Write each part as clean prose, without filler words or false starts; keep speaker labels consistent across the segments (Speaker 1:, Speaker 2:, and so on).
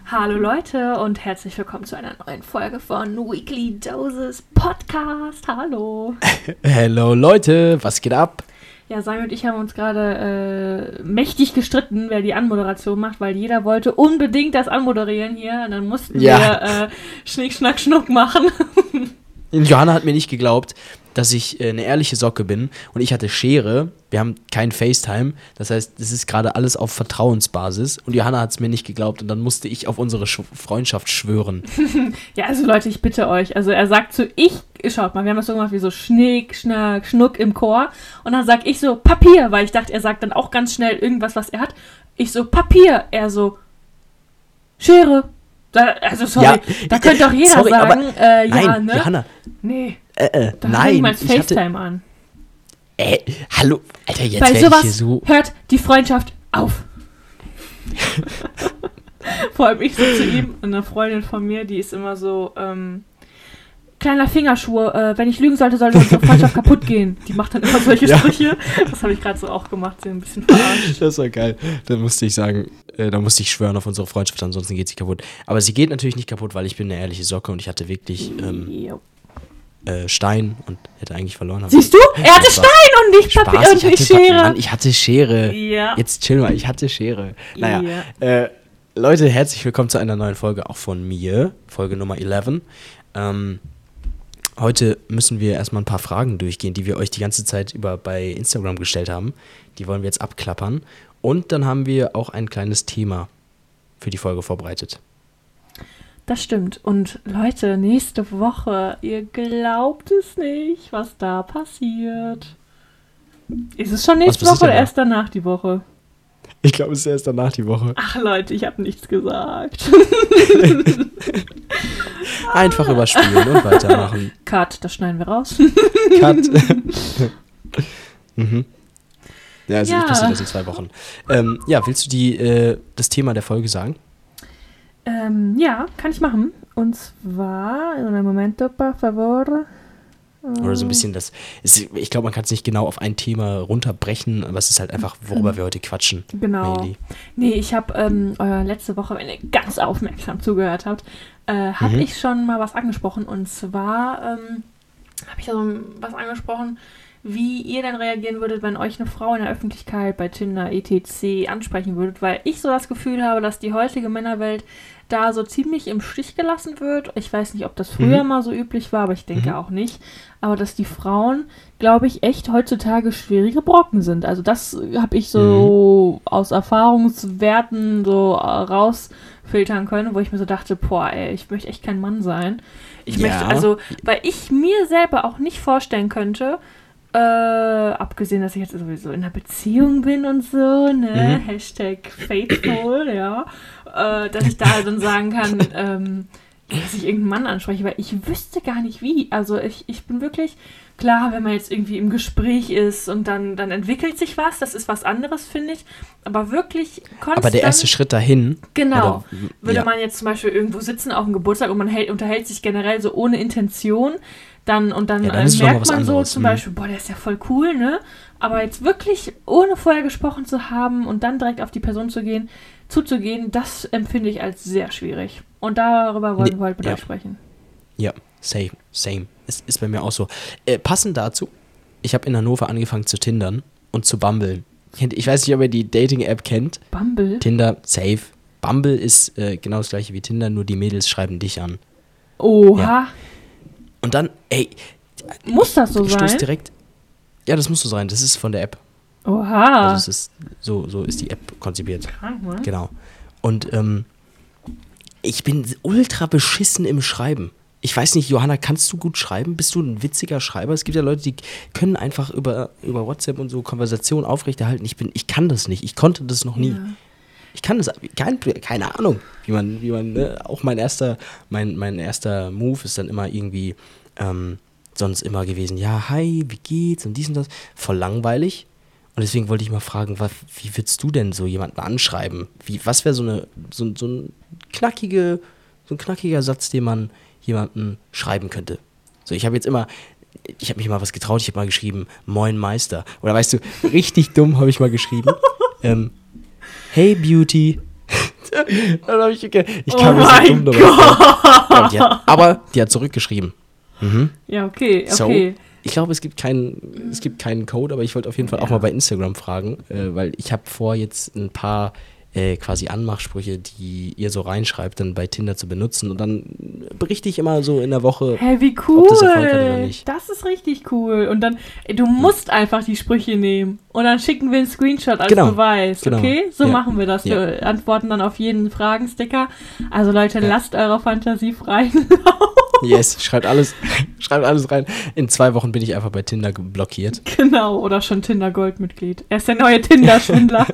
Speaker 1: Hallo Leute und herzlich willkommen zu einer neuen Folge von Weekly Doses Podcast. Hallo.
Speaker 2: Hello Leute, was geht ab?
Speaker 1: Ja, Sami und ich haben uns gerade mächtig gestritten, wer die Anmoderation macht, weil jeder wollte unbedingt das anmoderieren hier und dann mussten wir Schnick, Schnack, Schnuck machen.
Speaker 2: Johanna hat mir nicht geglaubt, dass ich eine ehrliche Socke bin und ich hatte Schere. Wir haben kein FaceTime, das heißt, das ist gerade alles auf Vertrauensbasis und Johanna hat es mir nicht geglaubt und dann musste ich auf unsere Freundschaft schwören.
Speaker 1: Ja, also Leute, ich bitte euch, also er sagt so, schaut mal, wir haben das so gemacht wie so Schnick, Schnack, Schnuck im Chor und dann sag ich so Papier, weil ich dachte, er sagt dann auch ganz schnell irgendwas, was er hat. Ich so Papier, er so Schere. Sorry, da könnte doch jeder sagen,
Speaker 2: aber,
Speaker 1: ja,
Speaker 2: nein,
Speaker 1: ne?
Speaker 2: Johanna.
Speaker 1: Nee.
Speaker 2: Da
Speaker 1: nein, ich FaceTime an.
Speaker 2: Hallo, Alter, jetzt
Speaker 1: bei
Speaker 2: werde
Speaker 1: sowas
Speaker 2: ich hier so...
Speaker 1: hört die Freundschaft auf. Vor allem ich so zu ihm, eine Freundin von mir, die ist immer so, kleiner Fingerschwur, wenn ich lügen sollte unsere Freundschaft kaputt gehen. Die macht dann immer solche Sprüche. Das habe ich gerade so auch gemacht, so ein bisschen verarscht.
Speaker 2: Das war geil. Da musste ich sagen, da musste ich schwören auf unsere Freundschaft, ansonsten geht sie kaputt. Aber sie geht natürlich nicht kaputt, weil ich bin eine ehrliche Socke und ich hatte wirklich Stein und hätte eigentlich verloren.
Speaker 1: Siehst du? Er hatte Stein und nicht Papier und nicht Schere.
Speaker 2: Mann, ich hatte Schere.
Speaker 1: Ja.
Speaker 2: Jetzt chill mal, ich hatte Schere. Naja, Leute, herzlich willkommen zu einer neuen Folge, auch von mir, Folge Nummer 11. Heute müssen wir erstmal ein paar Fragen durchgehen, die wir euch die ganze Zeit über bei Instagram gestellt haben. Die wollen wir jetzt abklappern. Und dann haben wir auch ein kleines Thema für die Folge vorbereitet.
Speaker 1: Das stimmt. Und Leute, nächste Woche, ihr glaubt es nicht, was da passiert. Ist es schon nächste Woche oder erst danach die Woche?
Speaker 2: Ich glaube, es ist erst danach die Woche.
Speaker 1: Ach Leute, ich habe nichts gesagt.
Speaker 2: Einfach überspielen und weitermachen.
Speaker 1: Cut, das schneiden wir raus.
Speaker 2: Cut. Mhm. Ja, also ich passiert das in 2 Wochen. Willst du das Thema der Folge sagen?
Speaker 1: Ja, kann ich machen. Und zwar, un momento, por favor.
Speaker 2: Oder so ein bisschen ich glaube, man kann es nicht genau auf ein Thema runterbrechen, aber es ist halt einfach, worüber wir heute quatschen.
Speaker 1: Genau.
Speaker 2: Mainly.
Speaker 1: Nee, ich habe letzte Woche, wenn ihr ganz aufmerksam zugehört habt, habe ich schon mal was angesprochen. Und zwar habe ich was angesprochen, wie ihr dann reagieren würdet, wenn euch eine Frau in der Öffentlichkeit bei Tinder, etc. ansprechen würdet, weil ich so das Gefühl habe, dass die heutige Männerwelt da so ziemlich im Stich gelassen wird. Ich weiß nicht, ob das früher mal so üblich war, aber ich denke auch nicht. Aber dass die Frauen, glaube ich, echt heutzutage schwierige Brocken sind. Also das habe ich so aus Erfahrungswerten so rausfiltern können, wo ich mir so dachte, ich möchte echt kein Mann sein. Weil ich mir selber auch nicht vorstellen könnte, abgesehen, dass ich jetzt sowieso in einer Beziehung bin und so, ne, Hashtag faithful, ja, dass ich da dann sagen kann, dass ich irgendeinen Mann anspreche, weil ich wüsste gar nicht wie. Also ich bin wirklich, klar, wenn man jetzt irgendwie im Gespräch ist und dann entwickelt sich was, das ist was anderes, finde ich, aber wirklich konstant. Aber
Speaker 2: der erste Schritt dahin.
Speaker 1: Genau. Würde man jetzt zum Beispiel irgendwo sitzen auf dem Geburtstag und man unterhält sich generell so ohne Intention, dann merkt man so zum Beispiel, der ist ja voll cool, ne? Aber jetzt wirklich, ohne vorher gesprochen zu haben und dann direkt auf die Person zuzugehen, das empfinde ich als sehr schwierig. Und darüber wollten wir heute mit euch sprechen.
Speaker 2: Ja, same. Es ist bei mir auch so. Passend dazu, ich habe in Hannover angefangen zu tindern und zu Bumble. Ich weiß nicht, ob ihr die Dating-App kennt.
Speaker 1: Bumble?
Speaker 2: Tinder, safe. Bumble ist genau das gleiche wie Tinder, nur die Mädels schreiben dich an.
Speaker 1: Oha.
Speaker 2: Ja. Und dann,
Speaker 1: muss das so sein?
Speaker 2: Direkt, ja, das muss so sein. Das ist von der App.
Speaker 1: Oha.
Speaker 2: Also es ist, so ist die App konzipiert.
Speaker 1: Krank, ne?
Speaker 2: Genau. Und ich bin ultra beschissen im Schreiben. Ich weiß nicht, Johanna, kannst du gut schreiben? Bist du ein witziger Schreiber? Es gibt ja Leute, die können einfach über WhatsApp und so Konversationen aufrechterhalten. Ich kann das nicht. Ich konnte das noch nie. Ja. Ich kann das, keine Ahnung, wie man ne? Auch mein erster Move ist dann immer irgendwie sonst immer gewesen, ja, hi, wie geht's und dies und das. Voll langweilig. Und deswegen wollte ich mal fragen, wie würdest du denn so jemanden anschreiben? Was wäre so ein knackiger Satz, den man jemanden schreiben könnte? So, ich habe mich mal was getraut, ich habe mal geschrieben, Moin Meister. Oder weißt du, richtig dumm habe ich mal geschrieben, Hey Beauty. Dann hab ich kam
Speaker 1: Oh
Speaker 2: mir so
Speaker 1: mein
Speaker 2: dumm dabei vor. Ja, aber die hat zurückgeschrieben. Mhm.
Speaker 1: Ja, okay.
Speaker 2: So, ich glaube, es gibt keinen Code, aber ich wollte auf jeden Fall auch mal bei Instagram fragen, weil ich habe vor, jetzt ein paar quasi Anmachsprüche, die ihr so reinschreibt, dann bei Tinder zu benutzen und dann berichte ich immer so in der Woche,
Speaker 1: Hä, wie cool.
Speaker 2: ob das Erfolg hat oder nicht.
Speaker 1: Das ist richtig cool. Und dann, du musst einfach die Sprüche nehmen und dann schicken wir einen Screenshot als Beweis, okay? So machen wir das. Wir antworten dann auf jeden Fragensticker. Also Leute, lasst eure Fantasie frei.
Speaker 2: Yes, schreibt alles rein. In 2 Wochen bin ich einfach bei Tinder blockiert.
Speaker 1: Genau, oder schon Tinder-Gold-Mitglied. Er ist der neue Tinder-Schwindler.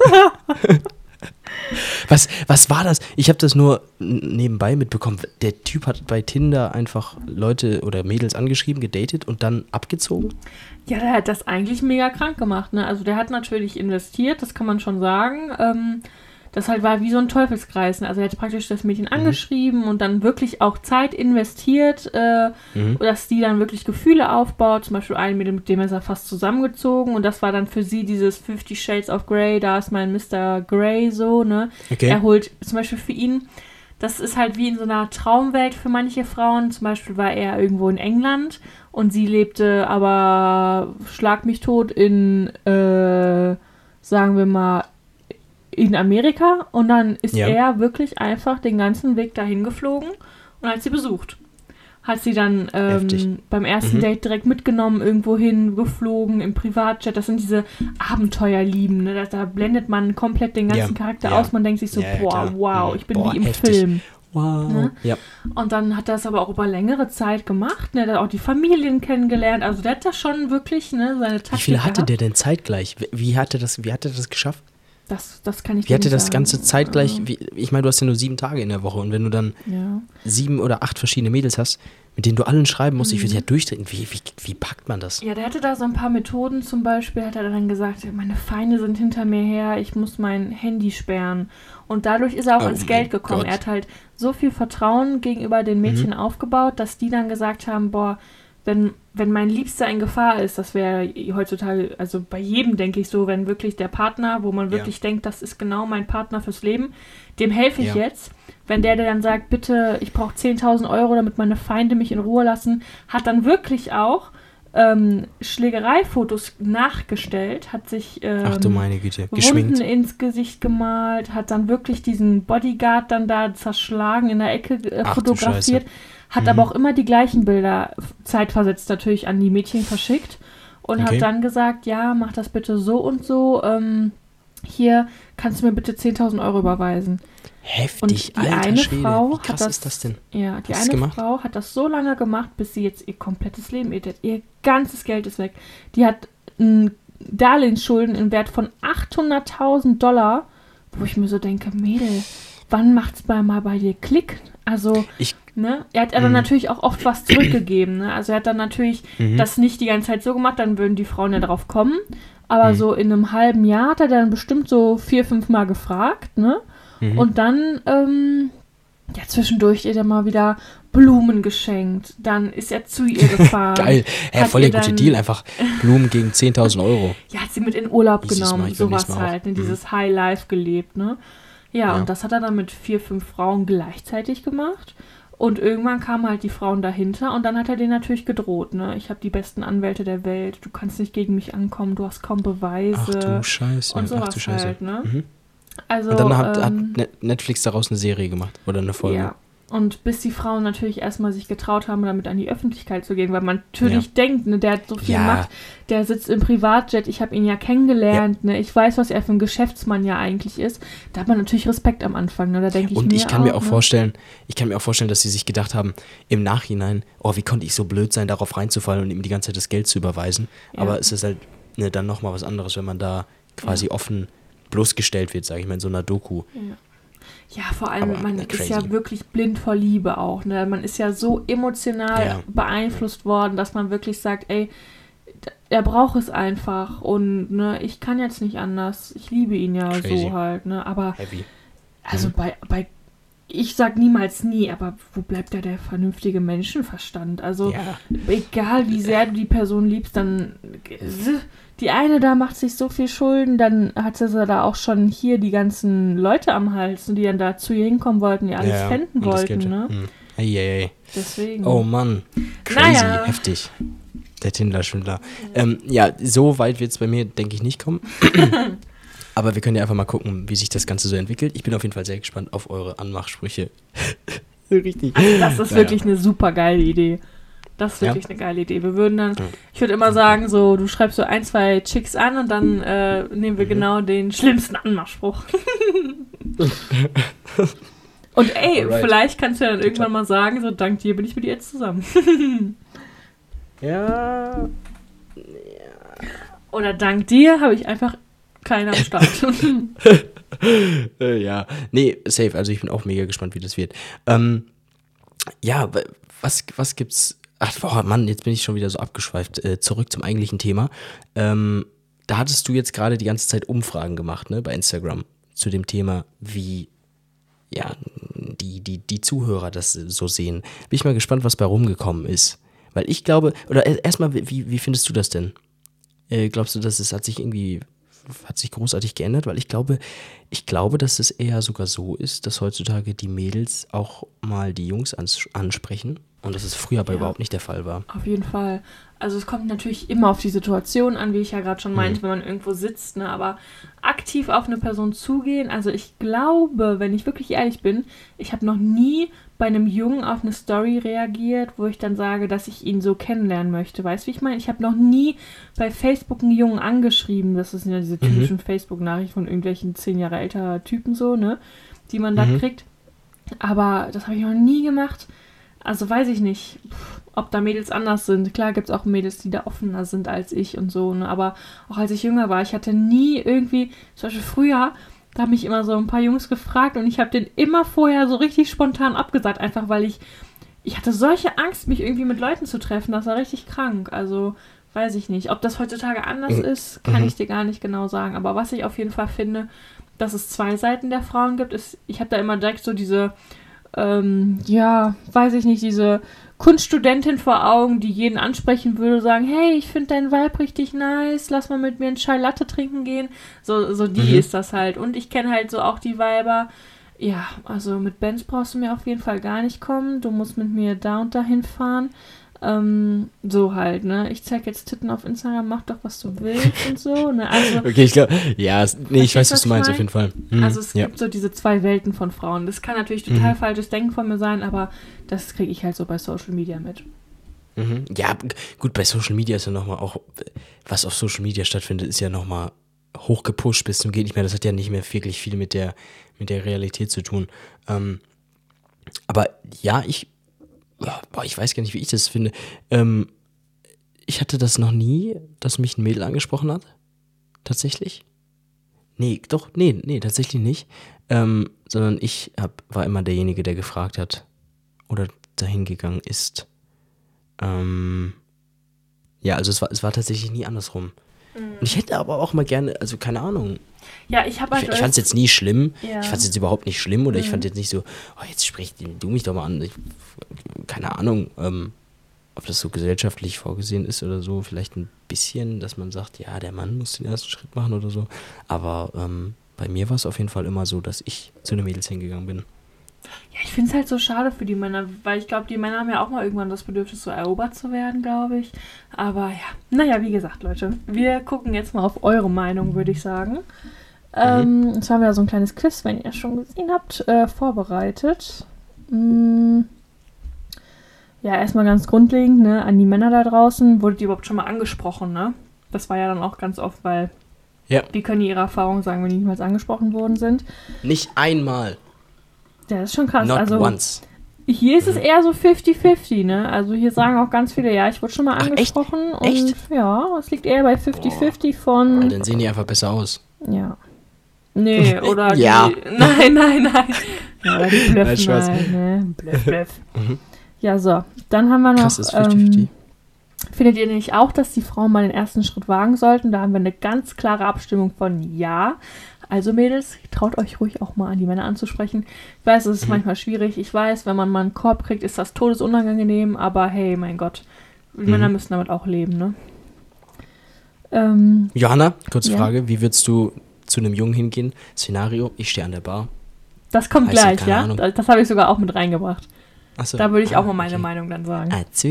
Speaker 2: Was war das? Ich habe das nur nebenbei mitbekommen. Der Typ hat bei Tinder einfach Leute oder Mädels angeschrieben, gedatet und dann abgezogen?
Speaker 1: Ja, der hat das eigentlich mega krank gemacht, ne? Also der hat natürlich investiert, das kann man schon sagen. Das halt war wie so ein Teufelskreis. Ne? Also er hat praktisch das Mädchen angeschrieben und dann wirklich auch Zeit investiert, dass die dann wirklich Gefühle aufbaut. Zum Beispiel ein Mädel, mit dem ist er fast zusammengezogen und das war dann für sie dieses 50 Shades of Grey, da ist mein Mr. Grey so, ne? Okay. Er holt zum Beispiel für ihn, das ist halt wie in so einer Traumwelt für manche Frauen. Zum Beispiel war er irgendwo in England und sie lebte aber, schlag mich tot, in, sagen wir mal, in Amerika und dann ist er wirklich einfach den ganzen Weg dahin geflogen und hat sie besucht. Hat sie dann beim ersten Date direkt mitgenommen, irgendwo hin geflogen, im Privatjet. Das sind diese Abenteuerlieben, ne? Da blendet man komplett den ganzen Charakter aus. Man denkt sich so, wow, ich bin wie im Film.
Speaker 2: Wow.
Speaker 1: Ne?
Speaker 2: Ja.
Speaker 1: Und dann hat er das aber auch über längere Zeit gemacht. Ne? Der hat auch die Familien kennengelernt. Also der hat da schon wirklich seine Taktik.
Speaker 2: Wie viele hatte der denn zeitgleich? Wie hat er das geschafft?
Speaker 1: Das kann ich
Speaker 2: Wie
Speaker 1: dir nicht
Speaker 2: hatte das
Speaker 1: sagen.
Speaker 2: Ganze zeitgleich? Ich meine, du hast ja nur 7 Tage in der Woche und wenn du dann 7 oder 8 verschiedene Mädels hast, mit denen du allen schreiben musst, ich würde ja durchdrehen. Wie packt man das?
Speaker 1: Ja, der hatte da so ein paar Methoden. Zum Beispiel hat er dann gesagt, meine Feinde sind hinter mir her, ich muss mein Handy sperren. Und dadurch ist er auch ans Geld gekommen.
Speaker 2: Gott.
Speaker 1: Er hat halt so viel Vertrauen gegenüber den Mädchen aufgebaut, dass die dann gesagt haben, boah, wenn mein Liebster in Gefahr ist, das wäre heutzutage, also bei jedem denke ich so, wenn wirklich der Partner, wo man wirklich denkt, das ist genau mein Partner fürs Leben, dem helfe ich jetzt. Wenn der dann sagt, bitte, ich brauche 10.000 Euro, damit meine Feinde mich in Ruhe lassen, hat dann wirklich auch Schlägereifotos nachgestellt, hat sich
Speaker 2: Ach du meine Güte, geschminkt.
Speaker 1: Wunden ins Gesicht gemalt, hat dann wirklich diesen Bodyguard dann da zerschlagen in der Ecke fotografiert. Hat aber auch immer die gleichen Bilder zeitversetzt natürlich an die Mädchen verschickt und hat dann gesagt, ja, mach das bitte so und so, hier kannst du mir bitte 10.000 Euro überweisen.
Speaker 2: Heftig,
Speaker 1: und die
Speaker 2: alter
Speaker 1: eine
Speaker 2: Schwede.
Speaker 1: Frau
Speaker 2: Wie krass ist das denn?
Speaker 1: Ja, die eine Frau hat das so lange gemacht, bis sie jetzt ihr komplettes Leben ihr ganzes Geld ist weg. Die hat Darlehensschulden im Wert von $800.000, wo ich mir so denke, Mädel, wann macht's mal bei dir Klick? Also, ne? Er hat dann natürlich auch oft was zurückgegeben, ne? Also er hat dann natürlich das nicht die ganze Zeit so gemacht, dann würden die Frauen ja drauf kommen. Aber so in einem halben Jahr hat er dann bestimmt so 4-5 Mal gefragt, ne? Und dann, zwischendurch ihr dann mal wieder Blumen geschenkt. Dann ist er zu ihr gefahren.
Speaker 2: Geil. Voll der gute Deal. Einfach Blumen gegen 10.000 Euro.
Speaker 1: Ja, hat sie mit in Urlaub genommen. Sowas halt. Ne? Dieses High Life gelebt, ne? Ja, und das hat er dann mit 4-5 Frauen gleichzeitig gemacht. Und irgendwann kamen halt die Frauen dahinter und dann hat er denen natürlich gedroht, ne? Ich habe die besten Anwälte der Welt, du kannst nicht gegen mich ankommen, du hast kaum Beweise.
Speaker 2: Ach du Scheiße.
Speaker 1: Und sowas halt, ne? Also,
Speaker 2: und dann hat Netflix daraus eine Serie gemacht oder eine Folge.
Speaker 1: Ja. Und bis die Frauen natürlich erstmal sich getraut haben, damit an die Öffentlichkeit zu gehen, weil man natürlich denkt, ne, der hat so viel Macht, der sitzt im Privatjet, ich habe ihn ja kennengelernt, ne, ich weiß, was er für ein Geschäftsmann ja eigentlich ist. Da hat man natürlich Respekt am Anfang, ne, da denke ich mir.
Speaker 2: Und ich kann mir auch vorstellen, dass sie sich gedacht haben, im Nachhinein, oh, wie konnte ich so blöd sein, darauf reinzufallen und ihm die ganze Zeit das Geld zu überweisen. Ja. Aber es ist halt dann nochmal was anderes, wenn man da quasi offen bloßgestellt wird, sage ich mal, in so einer Doku.
Speaker 1: Ja, vor allem, man ist ja wirklich blind vor Liebe auch. Ne? Man ist ja so emotional beeinflusst worden, dass man wirklich sagt, ey, er braucht es einfach und ne, ich kann jetzt nicht anders. Ich liebe ihn ja so halt. Ne? Aber also bei ich sag niemals nie, aber wo bleibt da der vernünftige Menschenverstand? Also, egal wie sehr du die Person liebst, dann die eine da macht sich so viel Schulden, dann hat sie da auch schon hier die ganzen Leute am Hals, die dann da zu ihr hinkommen wollten, die alles fänden wollten, ne? Deswegen.
Speaker 2: Oh Mann, crazy, heftig. Der Tinder-Schwindler. So weit wird es bei mir, denke ich, nicht kommen. Aber wir können ja einfach mal gucken, wie sich das Ganze so entwickelt. Ich bin auf jeden Fall sehr gespannt auf eure Anmachsprüche. Richtig.
Speaker 1: Also das ist wirklich eine super geile Idee. Das ist wirklich eine geile Idee. Wir würden dann, ich würde immer sagen, so, du schreibst so 1, 2 Chicks an und dann nehmen wir genau den schlimmsten Anmachspruch. Und vielleicht kannst du ja dann irgendwann mal sagen, so, dank dir bin ich mit ihr jetzt zusammen.
Speaker 2: Ja.
Speaker 1: Oder dank dir habe ich einfach keinen am Start.
Speaker 2: Safe. Also ich bin auch mega gespannt, wie das wird. Was gibt's? Ach, boah, Mann, jetzt bin ich schon wieder so abgeschweift. Zurück zum eigentlichen Thema. Da hattest du jetzt gerade die ganze Zeit Umfragen gemacht, ne, bei Instagram zu dem Thema, wie die Zuhörer das so sehen. Bin ich mal gespannt, was bei rumgekommen ist. Weil ich glaube, oder erstmal, wie findest du das denn? Glaubst du, dass es hat sich großartig geändert? Weil ich glaube, dass es eher sogar so ist, dass heutzutage die Mädels auch mal die Jungs ansprechen und dass es früher aber überhaupt nicht der Fall war.
Speaker 1: Auf jeden Fall. Also es kommt natürlich immer auf die Situation an, wie ich ja gerade schon meinte, wenn man irgendwo sitzt, ne? Aber aktiv auf eine Person zugehen, also ich glaube, wenn ich wirklich ehrlich bin, ich habe noch nie bei einem Jungen auf eine Story reagiert, wo ich dann sage, dass ich ihn so kennenlernen möchte. Weißt du, wie ich meine? Ich habe noch nie bei Facebook einen Jungen angeschrieben. Das sind ja diese typischen Facebook-Nachrichten von irgendwelchen 10 Jahre älter Typen so, ne? Die man da kriegt. Aber das habe ich noch nie gemacht. Also weiß ich nicht, ob da Mädels anders sind. Klar gibt es auch Mädels, die da offener sind als ich und so, ne? Aber auch als ich jünger war, ich hatte nie irgendwie, zum Beispiel früher, da haben mich immer so ein paar Jungs gefragt und ich habe den immer vorher so richtig spontan abgesagt, einfach weil ich hatte solche Angst, mich irgendwie mit Leuten zu treffen, das war richtig krank. Also weiß ich nicht. Ob das heutzutage anders ist, kann ich dir gar nicht genau sagen. Aber was ich auf jeden Fall finde, dass es 2 Seiten der Frauen gibt, ist, ich habe da immer direkt so diese weiß ich nicht, diese Kunststudentin vor Augen, die jeden ansprechen würde, sagen, hey, ich finde deinen Vibe richtig nice, lass mal mit mir einen Chai Latte trinken gehen. So die ist das halt. Und ich kenne halt so auch die Viber. Ja, also mit Benz brauchst du mir auf jeden Fall gar nicht kommen. Du musst mit mir da und dahin fahren. So halt, ne? Ich zeig jetzt Titten auf Instagram, mach doch, was du willst und so, ne? Also,
Speaker 2: okay, ich glaube, ich weiß, was du meinst, auf jeden Fall.
Speaker 1: Also es gibt so diese 2 Welten von Frauen. Das kann natürlich total falsches Denken von mir sein, aber das kriege ich halt so bei Social Media mit.
Speaker 2: Ja, gut, bei Social Media ist ja nochmal auch, was auf Social Media stattfindet, ist ja nochmal hochgepusht bis zum geht nicht mehr. Das hat ja nicht mehr wirklich viel mit der Realität zu tun. Aber ja, ich weiß gar nicht, wie ich das finde. Ich hatte das noch nie, dass mich ein Mädel angesprochen hat. Tatsächlich. Nee, tatsächlich nicht. Sondern ich war immer derjenige, der gefragt hat oder dahin gegangen ist. Also es war tatsächlich nie andersrum. Und ich hätte aber auch mal gerne, also keine Ahnung.
Speaker 1: Ja, ich fand
Speaker 2: es jetzt nie schlimm. Ja. Ich fand es jetzt überhaupt nicht schlimm oder ich fand jetzt nicht so, jetzt sprich du mich doch mal an. Keine Ahnung, ob das so gesellschaftlich vorgesehen ist oder so. Vielleicht ein bisschen, dass man sagt, ja, der Mann muss den ersten Schritt machen oder so. Aber bei mir war es auf jeden Fall immer so, dass ich zu den Mädels hingegangen bin.
Speaker 1: Ja, ich finde es halt so schade für die Männer, weil ich glaube, die Männer haben ja auch mal irgendwann das Bedürfnis, so erobert zu werden, glaube ich. Aber ja, naja, wie gesagt, Leute, wir gucken jetzt mal auf eure Meinung, würde ich sagen. Jetzt haben wir ja so ein kleines Quiz, wenn ihr es schon gesehen habt, vorbereitet. Ja, erstmal ganz grundlegend, ne, an die Männer da draußen, wurdet ihr überhaupt schon mal angesprochen, ne? Das war ja dann auch ganz oft, weil die können ihre Erfahrungen sagen, wenn die niemals angesprochen worden sind.
Speaker 2: Nicht einmal.
Speaker 1: Ja, das ist schon krass.
Speaker 2: Not once.
Speaker 1: Hier ist es eher so 50-50, ne? Also hier sagen auch ganz viele, ja, ich wurde schon mal angesprochen.
Speaker 2: Echt?
Speaker 1: Und ja, es liegt eher bei 50-50 von...
Speaker 2: Dann sehen die einfach besser aus.
Speaker 1: Ja. Nee, oder
Speaker 2: ja.
Speaker 1: Nein. Ja, die blöffen
Speaker 2: Nein,
Speaker 1: halt, ne? Blöff. Ja, so. Dann haben wir noch...
Speaker 2: Krass, ist 50-50.
Speaker 1: Findet ihr nicht auch, dass die Frauen mal den ersten Schritt wagen sollten? Da haben wir eine ganz klare Abstimmung von ja. Also Mädels, traut euch ruhig auch mal an die Männer anzusprechen. Ich weiß, es ist manchmal schwierig. Ich weiß, wenn man mal einen Korb kriegt, ist das todesunangenehm. Aber hey, mein Gott, die Männer müssen damit auch leben, ne?
Speaker 2: Johanna, kurze
Speaker 1: ja.
Speaker 2: Frage. Wie würdest du zu einem Jungen hingehen? Szenario, ich stehe an der Bar.
Speaker 1: Das kommt
Speaker 2: Heißt
Speaker 1: gleich,
Speaker 2: keine
Speaker 1: ja?
Speaker 2: Ahnung.
Speaker 1: Das habe ich sogar auch mit reingebracht.
Speaker 2: Achso.
Speaker 1: Da würde ich auch mal meine Meinung dann sagen.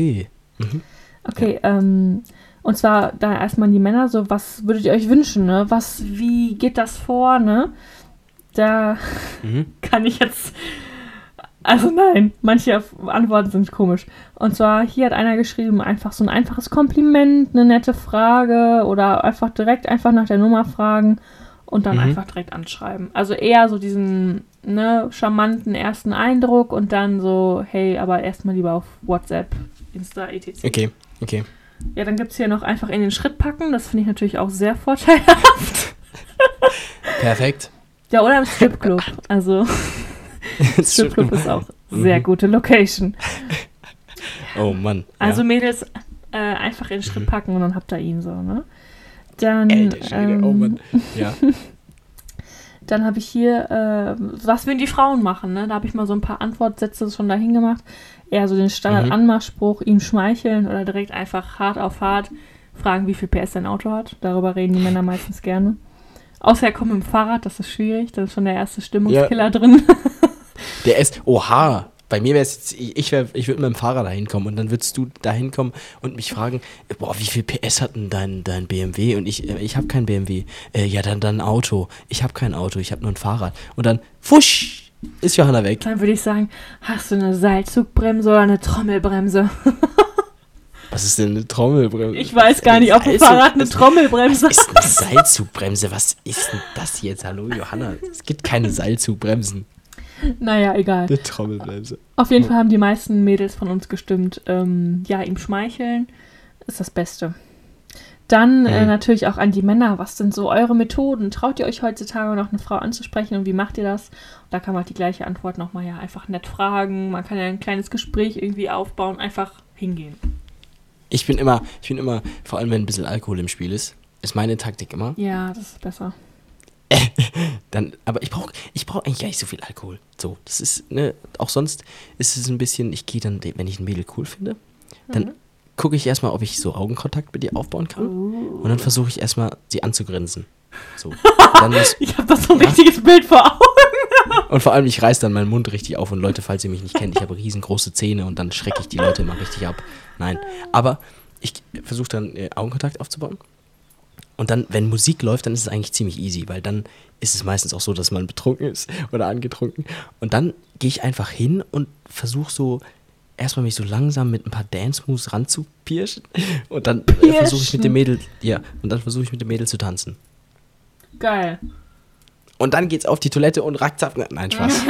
Speaker 1: Okay, und zwar da erstmal die Männer, so was würdet ihr euch wünschen, ne? Wie geht das vor, ne? Da kann ich jetzt, also nein, manche Antworten sind komisch. Und zwar, hier hat einer geschrieben, einfach so ein einfaches Kompliment, eine nette Frage oder einfach nach der Nummer fragen und dann einfach direkt anschreiben. Also eher so diesen, ne, charmanten ersten Eindruck und dann so, hey, aber erstmal lieber auf WhatsApp, Insta, etc.
Speaker 2: Okay.
Speaker 1: Ja, dann gibt es hier noch einfach in den Schritt packen. Das finde ich natürlich auch sehr vorteilhaft.
Speaker 2: Perfekt.
Speaker 1: Ja, oder im Stripclub. Also, Stripclub ist auch sehr gute Location.
Speaker 2: Oh Mann.
Speaker 1: Also Mädels, einfach in den Schritt packen und dann habt ihr ihn so, ne? Dann,
Speaker 2: oh Mann. Ja.
Speaker 1: Dann habe ich hier, was würden die Frauen machen, ne? Da habe ich mal so ein paar Antwortsätze schon dahin gemacht. Eher so den Standard-Anmachspruch, ihm schmeicheln oder direkt einfach hart auf hart fragen, wie viel PS dein Auto hat. Darüber reden die Männer meistens gerne. Außer er kommt mit dem Fahrrad, das ist schwierig. Das ist schon der erste Stimmungskiller drin.
Speaker 2: Der ist, oha, bei mir wäre es jetzt, ich würde mit dem Fahrrad da hinkommen und dann würdest du da hinkommen und mich fragen, boah, wie viel PS hat denn dein BMW? Und ich habe kein BMW. Ja, dann ein Auto. Ich habe kein Auto, ich habe nur ein Fahrrad. Und dann, fusch, ist Johanna weg.
Speaker 1: Dann würde ich sagen, hast du eine Seilzugbremse oder eine Trommelbremse?
Speaker 2: Was ist denn eine Trommelbremse?
Speaker 1: Ich weiß gar nicht, ob ein Fahrrad eine Trommelbremse hat.
Speaker 2: Was ist eine Seilzugbremse? Was ist denn das jetzt? Hallo Johanna, es gibt keine Seilzugbremsen.
Speaker 1: Naja, egal.
Speaker 2: Eine Trommelbremse.
Speaker 1: Auf jeden Fall haben die meisten Mädels von uns gestimmt, ja, ihm schmeicheln ist das Beste. Dann natürlich auch an die Männer, was sind so eure Methoden? Traut ihr euch heutzutage noch eine Frau anzusprechen und wie macht ihr das? Da kann man die gleiche Antwort nochmal ja einfach nett fragen, man kann ja ein kleines Gespräch irgendwie aufbauen, einfach hingehen.
Speaker 2: Ich bin immer, vor allem wenn ein bisschen Alkohol im Spiel ist meine Taktik immer.
Speaker 1: Ja, das ist besser.
Speaker 2: Aber ich brauch eigentlich gar nicht so viel Alkohol. So, das ist, ne, auch sonst ist es ein bisschen, ich gehe dann, wenn ich ein Mädel cool finde, dann gucke ich erstmal, ob ich so Augenkontakt mit ihr aufbauen kann. Und dann versuche ich erstmal, sie anzugrinsen. So.
Speaker 1: Ich habe das so ein richtiges Bild vor Augen.
Speaker 2: Und vor allem, ich reiß dann meinen Mund richtig auf und Leute, falls ihr mich nicht kennt, ich habe riesengroße Zähne und dann schrecke ich die Leute immer richtig ab. Nein, aber ich versuche dann Augenkontakt aufzubauen. Und dann, wenn Musik läuft, dann ist es eigentlich ziemlich easy, weil dann ist es meistens auch so, dass man betrunken ist oder angetrunken. Und dann gehe ich einfach hin und versuche so erstmal mich so langsam mit ein paar Dance-Moves ranzupirschen. Und dann versuche ich mit dem Mädel, zu tanzen.
Speaker 1: Geil.
Speaker 2: Und dann geht's auf die Toilette und rackzack. Nein, Spaß.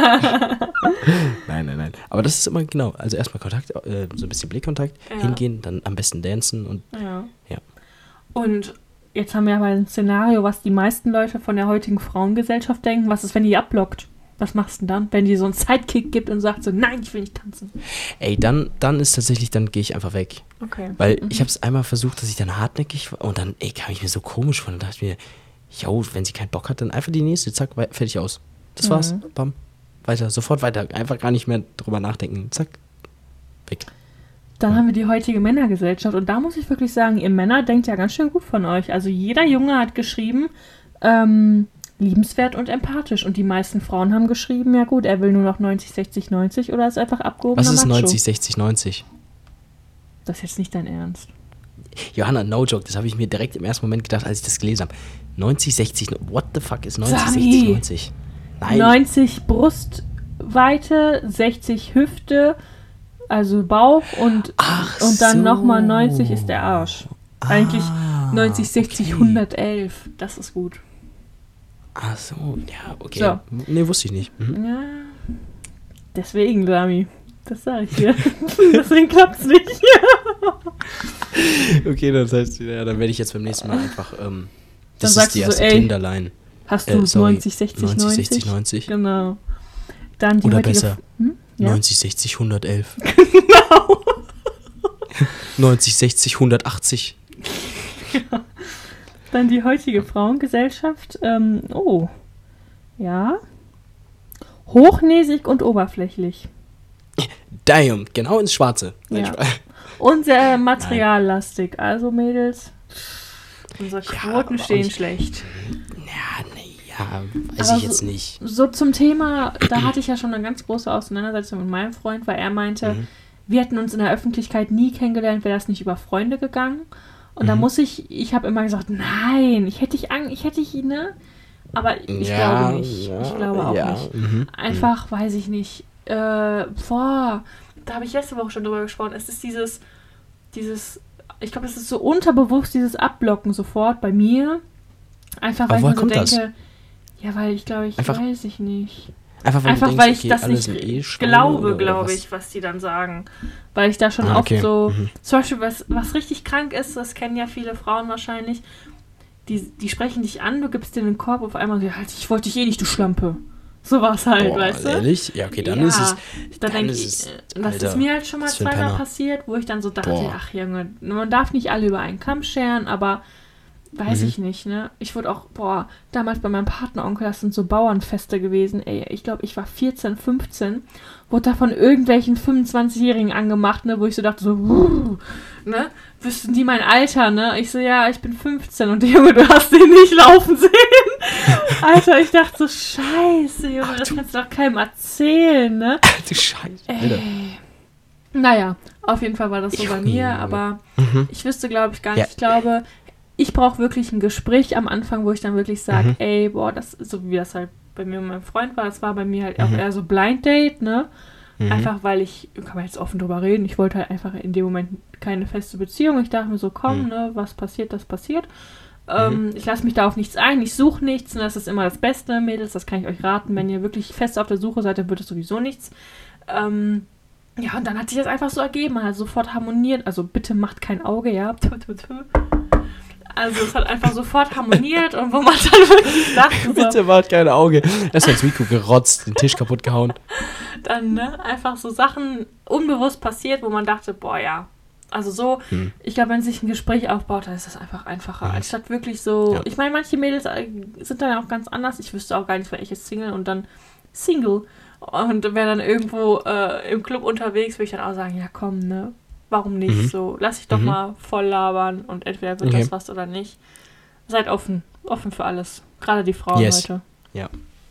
Speaker 2: Nein. Aber das ist immer genau. Also erstmal Kontakt, so ein bisschen Blickkontakt, hingehen, dann am besten dancen und ja.
Speaker 1: Und jetzt haben wir aber ein Szenario, was die meisten Leute von der heutigen Frauengesellschaft denken. Was ist, wenn die abblockt? Was machst du denn dann? Wenn die so einen Sidekick gibt und sagt so, nein, ich will nicht tanzen.
Speaker 2: Ey, dann ist tatsächlich, dann gehe ich einfach weg.
Speaker 1: Okay.
Speaker 2: Weil ich habe es einmal versucht, dass ich dann hartnäckig war und dann, kam ich mir so komisch vor und dachte mir, jo, wenn sie keinen Bock hat, dann einfach die nächste, zack, fertig aus. Das war's, bam, weiter, sofort weiter. Einfach gar nicht mehr drüber nachdenken, zack, weg.
Speaker 1: Dann haben wir die heutige Männergesellschaft und da muss ich wirklich sagen, ihr Männer denkt ja ganz schön gut von euch. Also jeder Junge hat geschrieben, liebenswert und empathisch. Und die meisten Frauen haben geschrieben, ja gut, er will nur noch 90, 60, 90 oder ist einfach abgehobener
Speaker 2: Was ist
Speaker 1: Macho.
Speaker 2: 90, 60, 90?
Speaker 1: Das ist jetzt nicht dein Ernst.
Speaker 2: Johanna, no joke, das habe ich mir direkt im ersten Moment gedacht, als ich das gelesen habe. 90, 60, what the fuck ist 90,
Speaker 1: Sami.
Speaker 2: 60, 90? Nein.
Speaker 1: 90 Brustweite, 60 Hüfte, also Bauch und dann
Speaker 2: so.
Speaker 1: Nochmal 90 ist der Arsch. Eigentlich 90, 60,
Speaker 2: okay.
Speaker 1: 111, das ist gut.
Speaker 2: Ach so, ja, okay.
Speaker 1: So.
Speaker 2: Nee, wusste ich nicht.
Speaker 1: Ja, deswegen, Sami. Das sage ich dir. Deswegen klappt's nicht.
Speaker 2: Okay, das heißt, ja, dann werde ich jetzt beim nächsten Mal einfach, das
Speaker 1: dann
Speaker 2: ist die
Speaker 1: sagst du
Speaker 2: erste
Speaker 1: so, ey,
Speaker 2: Tinderline.
Speaker 1: Hast du 90, 60, 90?
Speaker 2: 60, 90.
Speaker 1: Genau. Dann die
Speaker 2: Oder
Speaker 1: heutige
Speaker 2: besser,
Speaker 1: Ja?
Speaker 2: 90, 60, 111.
Speaker 1: Genau.
Speaker 2: 90, 60, 180.
Speaker 1: Ja. Dann die heutige Frauengesellschaft. Ja. Hochnäsig und oberflächlich.
Speaker 2: Damn, genau ins Schwarze.
Speaker 1: Ja. Und sehr materiallastig. Also Mädels, unsere Quoten stehen schlecht.
Speaker 2: Ja, weiß ich jetzt nicht.
Speaker 1: So zum Thema, da hatte ich ja schon eine ganz große Auseinandersetzung mit meinem Freund, weil er meinte, wir hätten uns in der Öffentlichkeit nie kennengelernt, wäre das nicht über Freunde gegangen. Und da muss ich habe immer gesagt, nein, ich hätte ihn, ne? Aber ich glaube nicht. Ich glaube auch nicht. Einfach, weiß ich nicht. Da habe ich letzte Woche schon drüber gesprochen. Es ist dieses, ich glaube, das ist so unterbewusst, dieses Ablocken sofort bei mir. Einfach, weil ich mir so denke, ja, weil ich glaube, weiß ich nicht.
Speaker 2: Einfach,
Speaker 1: weil ich das nicht glaube ich, was die dann sagen. Weil ich da schon oft so, zum Beispiel, was richtig krank ist, das kennen ja viele Frauen wahrscheinlich, die sprechen dich an, du gibst dir einen Korb, auf einmal so, halt, ich wollte dich eh nicht, du Schlampe. So war es halt, weißt du?
Speaker 2: Ehrlich? Ja, okay, dann ist es.
Speaker 1: Das ist mir halt schon mal zweimal passiert, wo ich dann so dachte, ach Junge, man darf nicht alle über einen Kamm scheren, aber weiß ich nicht, ne? Ich wurde auch, damals bei meinem Partneronkel, das sind so Bauernfeste gewesen, ey, ich glaube, ich war 14, 15, wurde da von irgendwelchen 25-Jährigen angemacht, ne, wo ich so dachte, so, ne, wüssten die mein Alter, ne? Ich so, ja, ich bin 15 und der Junge, du hast den nicht laufen sehen. Alter, ich dachte so, scheiße, Junge, das kannst du doch keinem erzählen, ne?
Speaker 2: Du Scheiße,
Speaker 1: Naja, auf jeden Fall war das so bei mir, aber ich wüsste, glaube ich, gar nicht, ich glaube, ich brauche wirklich ein Gespräch am Anfang, wo ich dann wirklich sage, ey, das ist so, wie das halt bei mir und meinem Freund war, das war bei mir halt auch eher so Blind Date, ne? Einfach, weil kann man jetzt offen drüber reden, ich wollte halt einfach in dem Moment keine feste Beziehung. Ich dachte mir so, komm, ne, was passiert, das passiert. Ich lasse mich da auf nichts ein, ich suche nichts, und das ist immer das Beste, Mädels, das kann ich euch raten. Wenn ihr wirklich fest auf der Suche seid, dann wird es sowieso nichts. Ja, und dann hat sich das einfach so ergeben, man hat sofort harmoniert, also bitte macht kein Auge, ja. Also es hat einfach sofort harmoniert und wo man dann wirklich dachte so,
Speaker 2: bitte macht kein Auge. Erst mal ins Mikro gerotzt, den Tisch kaputt gehauen.
Speaker 1: Dann, ne, einfach so Sachen unbewusst passiert, wo man dachte, also so, ich glaube, wenn sich ein Gespräch aufbaut, dann ist das einfach einfacher. Anstatt wirklich so, ich meine, manche Mädels sind dann auch ganz anders. Ich wüsste auch gar nicht, wäre ich jetzt Single und dann Single und wäre dann irgendwo im Club unterwegs, würde ich dann auch sagen, ja komm, ne, warum nicht so? Lass dich doch mal voll labern und entweder wird das was oder nicht. Seid offen für alles. Gerade die Frauen heute.
Speaker 2: Ja.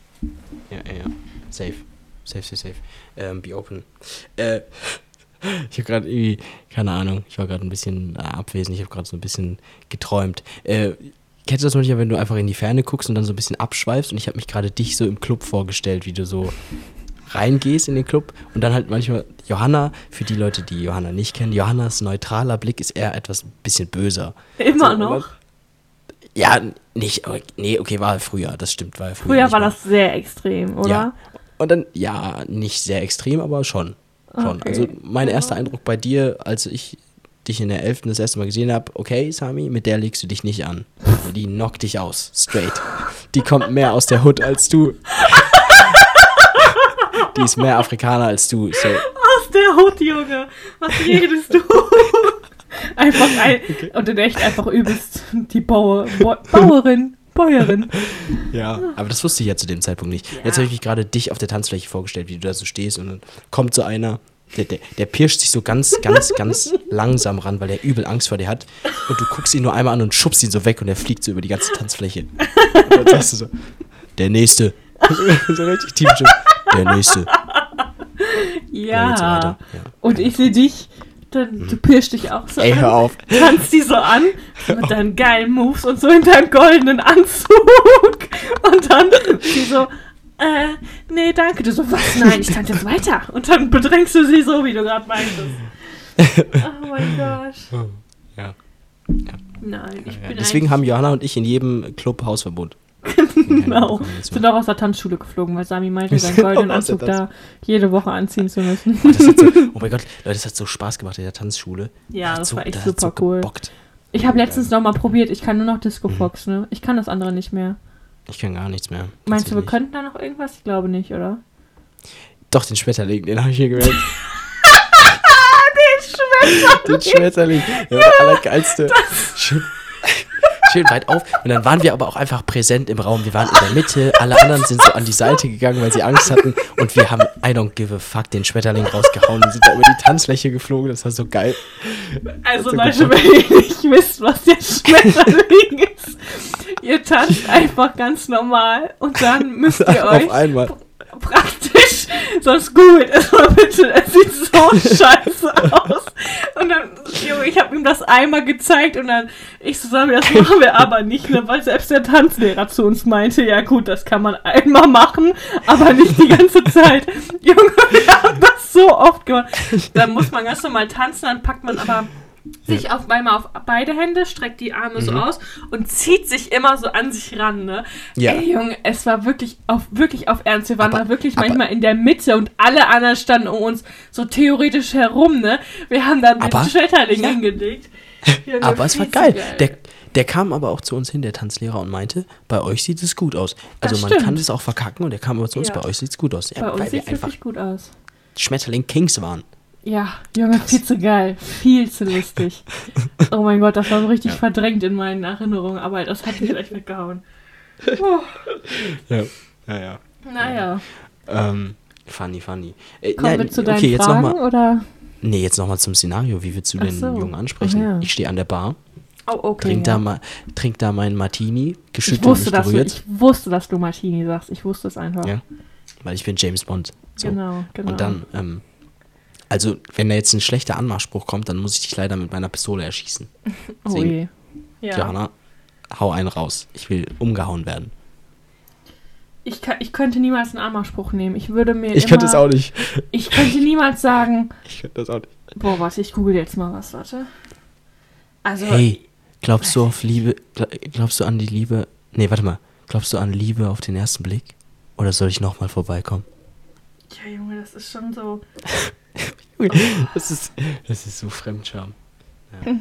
Speaker 2: Safe. Be open. Ich habe gerade irgendwie, keine Ahnung, ich war gerade ein bisschen abwesend, ich habe gerade so ein bisschen geträumt. Kennst du das manchmal, wenn du einfach in die Ferne guckst und dann so ein bisschen abschweifst? Und ich habe mich gerade dich so im Club vorgestellt, wie du so reingehst in den Club und dann halt manchmal Johanna, für die Leute, die Johanna nicht kennen, Johannas neutraler Blick ist eher etwas ein bisschen böser.
Speaker 1: Immer so, noch?
Speaker 2: Ja, nicht, nee, okay, war früher, das stimmt, war früher.
Speaker 1: Früher war das sehr extrem, oder?
Speaker 2: Ja, und dann, ja, nicht sehr extrem, aber schon. Okay. Also mein erster Eindruck bei dir, als ich dich in der 11. das erste Mal gesehen habe, okay, Sami, mit der legst du dich nicht an. Die knockt dich aus, straight. Die kommt mehr aus der Hood als du. Die ist mehr Afrikaner als du. So.
Speaker 1: Aus der Hood, Junge. Was redest du? Einfach und in echt einfach übelst die Bäuerin.
Speaker 2: Ja, aber das wusste ich ja zu dem Zeitpunkt nicht. Ja. Jetzt habe ich mich gerade dich auf der Tanzfläche vorgestellt, wie du da so stehst und dann kommt so einer, der pirscht sich so ganz langsam ran, weil der übel Angst vor dir hat und du guckst ihn nur einmal an und schubst ihn so weg und er fliegt so über die ganze Tanzfläche. Und dann sagst du so, der Nächste. So richtig Teamchip. Der Nächste.
Speaker 1: Ja. Und ich sehe dich, du pirschst dich auch so
Speaker 2: an. Ey, hör auf.
Speaker 1: Tanzt die so an, mit deinen geilen Moves und so in deinem goldenen Anzug. Und dann sie so, nee, danke. Du so, was? Nein, ich tanze jetzt weiter. Und dann bedrängst du sie so, wie du gerade meintest. Oh mein Gott.
Speaker 2: Ja.
Speaker 1: Nein, ich bin
Speaker 2: deswegen haben Johanna und ich in jedem Club Hausverbot.
Speaker 1: Genau. Sind auch aus der Tanzschule geflogen, weil Sami meinte, seinen goldenen Anzug da jede Woche anziehen zu müssen.
Speaker 2: Oh mein Gott, Leute, das hat so Spaß gemacht in der Tanzschule.
Speaker 1: Ja, das war echt super cool. Gebockt. Ich habe letztens noch mal probiert, ich kann nur noch Disco Fox, ne? Ich kann das andere nicht mehr.
Speaker 2: Ich kann gar nichts mehr.
Speaker 1: Meinst du, wir könnten da noch irgendwas? Ich glaube nicht, oder?
Speaker 2: Doch, den Schmetterling, den habe ich mir gemerkt.
Speaker 1: Den Schmetterling!
Speaker 2: Der allergeilste. schön weit auf. Und dann waren wir aber auch einfach präsent im Raum. Wir waren in der Mitte, alle anderen sind so an die Seite gegangen, weil sie Angst hatten. Und wir haben I don't give a fuck den Schmetterling rausgehauen und sind da über die Tanzfläche geflogen. Das war so geil.
Speaker 1: Also Leute, wenn ihr nicht wisst, was der Schmetterling ist, ihr tanzt einfach ganz normal und dann müsst ihr euch
Speaker 2: auf einmal
Speaker 1: praktisch, sonst googelt es mal bitte, es sieht so scheiße aus. Und dann, Junge, ich habe ihm das einmal gezeigt und dann, ich so, das machen wir aber nicht, ne, weil selbst der Tanzlehrer zu uns meinte, ja gut, das kann man einmal machen, aber nicht die ganze Zeit. Junge, wir haben das so oft gemacht. Dann muss man ganz normal tanzen, dann packt man aber sich auf einmal auf beide Hände, streckt die Arme so aus und zieht sich immer so an sich ran, ne?
Speaker 2: Ja.
Speaker 1: Ey, Junge, es war wirklich auf Ernst. Wir waren da wirklich manchmal in der Mitte und alle anderen standen um uns so theoretisch herum, ne? Wir haben dann den Schmetterling hingelegt. Junge,
Speaker 2: aber es war geil. Der kam aber auch zu uns hin, der Tanzlehrer, und meinte, bei euch sieht es gut aus. Also man kann das auch verkacken und der kam aber zu uns, bei euch sieht es gut aus. Ja,
Speaker 1: bei uns
Speaker 2: sieht
Speaker 1: es wirklich gut aus.
Speaker 2: Schmetterling Kings waren.
Speaker 1: Ja, Junge, viel zu geil. Viel zu lustig. Oh mein Gott, das war so richtig verdrängt in meinen Erinnerungen, aber das hat mich echt weggehauen.
Speaker 2: Ja.
Speaker 1: Naja.
Speaker 2: Funny.
Speaker 1: Kommen wir zu deinen Fragen, oder?
Speaker 2: Nee, jetzt nochmal zum Szenario. Wie willst du den Jungen ansprechen?
Speaker 1: Ja.
Speaker 2: Ich stehe an der Bar.
Speaker 1: Oh, okay.
Speaker 2: Trink da meinen Martini, geschüttelt und nicht gerührt.
Speaker 1: Ich wusste, dass du Martini sagst. Ich wusste es einfach.
Speaker 2: Ja, weil ich bin James Bond. So.
Speaker 1: Genau.
Speaker 2: Und dann, also, wenn da jetzt ein schlechter Anmachspruch kommt, dann muss ich dich leider mit meiner Pistole erschießen. Deswegen,
Speaker 1: ja.
Speaker 2: Johanna, hau einen raus. Ich will umgehauen werden.
Speaker 1: Ich könnte niemals einen Anmachspruch nehmen. Ich
Speaker 2: könnte es auch nicht.
Speaker 1: Ich könnte niemals sagen...
Speaker 2: Ich könnte das auch nicht.
Speaker 1: Boah, warte, ich google jetzt mal was, warte. Also...
Speaker 2: Hey, glaubst du an die Liebe... Nee, warte mal. Glaubst du an Liebe auf den ersten Blick? Oder soll ich nochmal vorbeikommen?
Speaker 1: Ja, Junge, das ist schon so...
Speaker 2: Das ist so Fremdscham. Ja.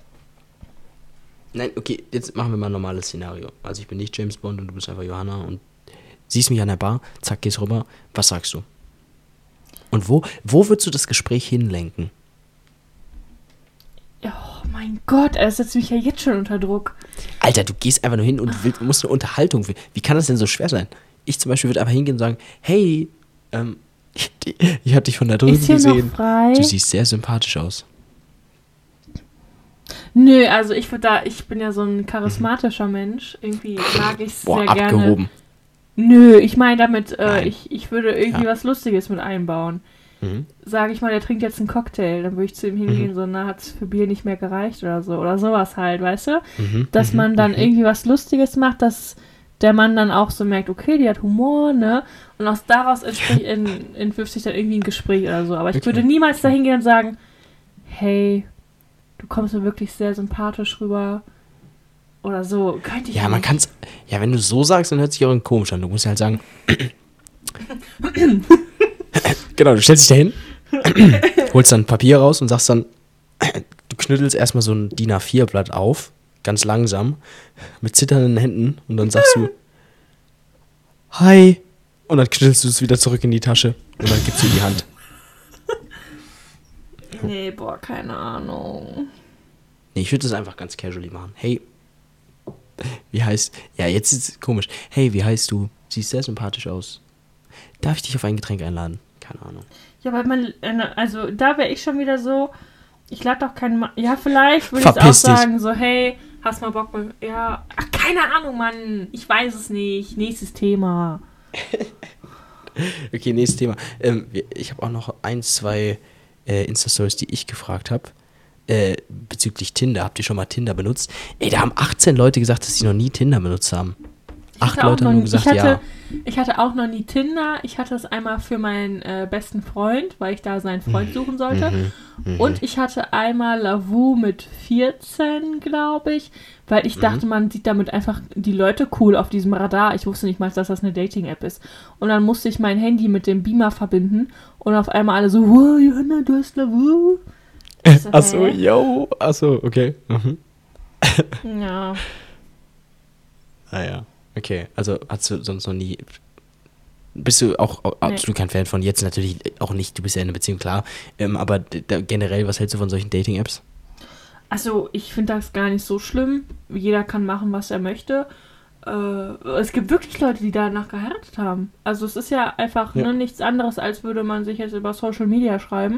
Speaker 2: Nein, okay, jetzt machen wir mal ein normales Szenario. Also ich bin nicht James Bond und du bist einfach Johanna und siehst mich an der Bar, zack, gehst rüber. Was sagst du? Und wo würdest du das Gespräch hinlenken?
Speaker 1: Oh mein Gott, er setzt mich ja jetzt schon unter Druck.
Speaker 2: Alter, du gehst einfach nur hin und musst eine Unterhaltung. Wie kann das denn so schwer sein? Ich zum Beispiel würde einfach hingehen und sagen, hey, ich habe dich von da drüben gesehen. Du siehst sehr sympathisch aus.
Speaker 1: Nö, also ich bin ja so ein charismatischer Mensch. Irgendwie mag ich es sehr
Speaker 2: abgehoben.
Speaker 1: gerne. Nö, ich meine damit, ich würde irgendwie was Lustiges mit einbauen. Sage ich mal, der trinkt jetzt einen Cocktail, dann würde ich zu ihm hingehen, so, na, hat's für Bier nicht mehr gereicht oder so. Oder sowas halt, weißt du? Dass man dann irgendwie was Lustiges macht, dass der Mann dann auch so merkt, okay, die hat Humor, ne? Und daraus entwirft sich dann irgendwie ein Gespräch oder so. Aber ich würde niemals da hingehen und sagen, hey, du kommst mir wirklich sehr sympathisch rüber. Oder so. Könnte ich
Speaker 2: nicht. Man kann's. Ja, wenn du so sagst, dann hört sich auch komisch an. Du musst ja halt sagen. Genau, du stellst dich da hin, holst dann Papier raus und sagst dann, du knüttelst erstmal so ein DIN A4-Blatt auf, ganz langsam, mit zitternden Händen und dann sagst du, hi, und dann knüttelst du es wieder zurück in die Tasche und dann gibst du die Hand.
Speaker 1: Nee, boah, keine Ahnung.
Speaker 2: Nee, ich würde das einfach ganz casually machen. Hey, wie heißt, ja, jetzt ist es komisch. Hey, wie heißt du? Siehst sehr sympathisch aus. Darf ich dich auf ein Getränk einladen? Keine Ahnung.
Speaker 1: Ja, weil also da wäre ich schon wieder so, ich lade doch keinen ja, vielleicht würde ich auch sagen, so, hey, hast mal Bock mit, ja, ach, keine Ahnung, Mann, ich weiß es nicht, nächstes Thema.
Speaker 2: Okay, nächstes Thema. Ich habe auch noch 2 Insta-Stories, die ich gefragt habe, bezüglich Tinder. Habt ihr schon mal Tinder benutzt? Ey, da haben 18 Leute gesagt, dass sie noch nie Tinder benutzt haben. 8 Leute haben nur gesagt, ja.
Speaker 1: Ich hatte auch noch nie Tinder. Ich hatte es einmal für meinen besten Freund, weil ich da seinen Freund suchen sollte. Und ich hatte einmal Lavu mit 14, glaube ich, weil ich dachte, man sieht damit einfach die Leute cool auf diesem Radar. Ich wusste nicht mal, dass das eine Dating-App ist. Und dann musste ich mein Handy mit dem Beamer verbinden und auf einmal alle so, wow, Johanna, du hast Lavu. So,
Speaker 2: achso, yo. Achso, okay.
Speaker 1: Ja.
Speaker 2: Naja. Okay, also hast du sonst noch nie... Bist du auch absolut kein Fan von, jetzt natürlich auch nicht, du bist ja in einer Beziehung, klar, aber generell, was hältst du von solchen Dating-Apps?
Speaker 1: Also, ich finde das gar nicht so schlimm. Jeder kann machen, was er möchte. Es gibt wirklich Leute, die danach geheiratet haben. Also, es ist ja einfach nichts anderes, als würde man sich jetzt über Social Media schreiben.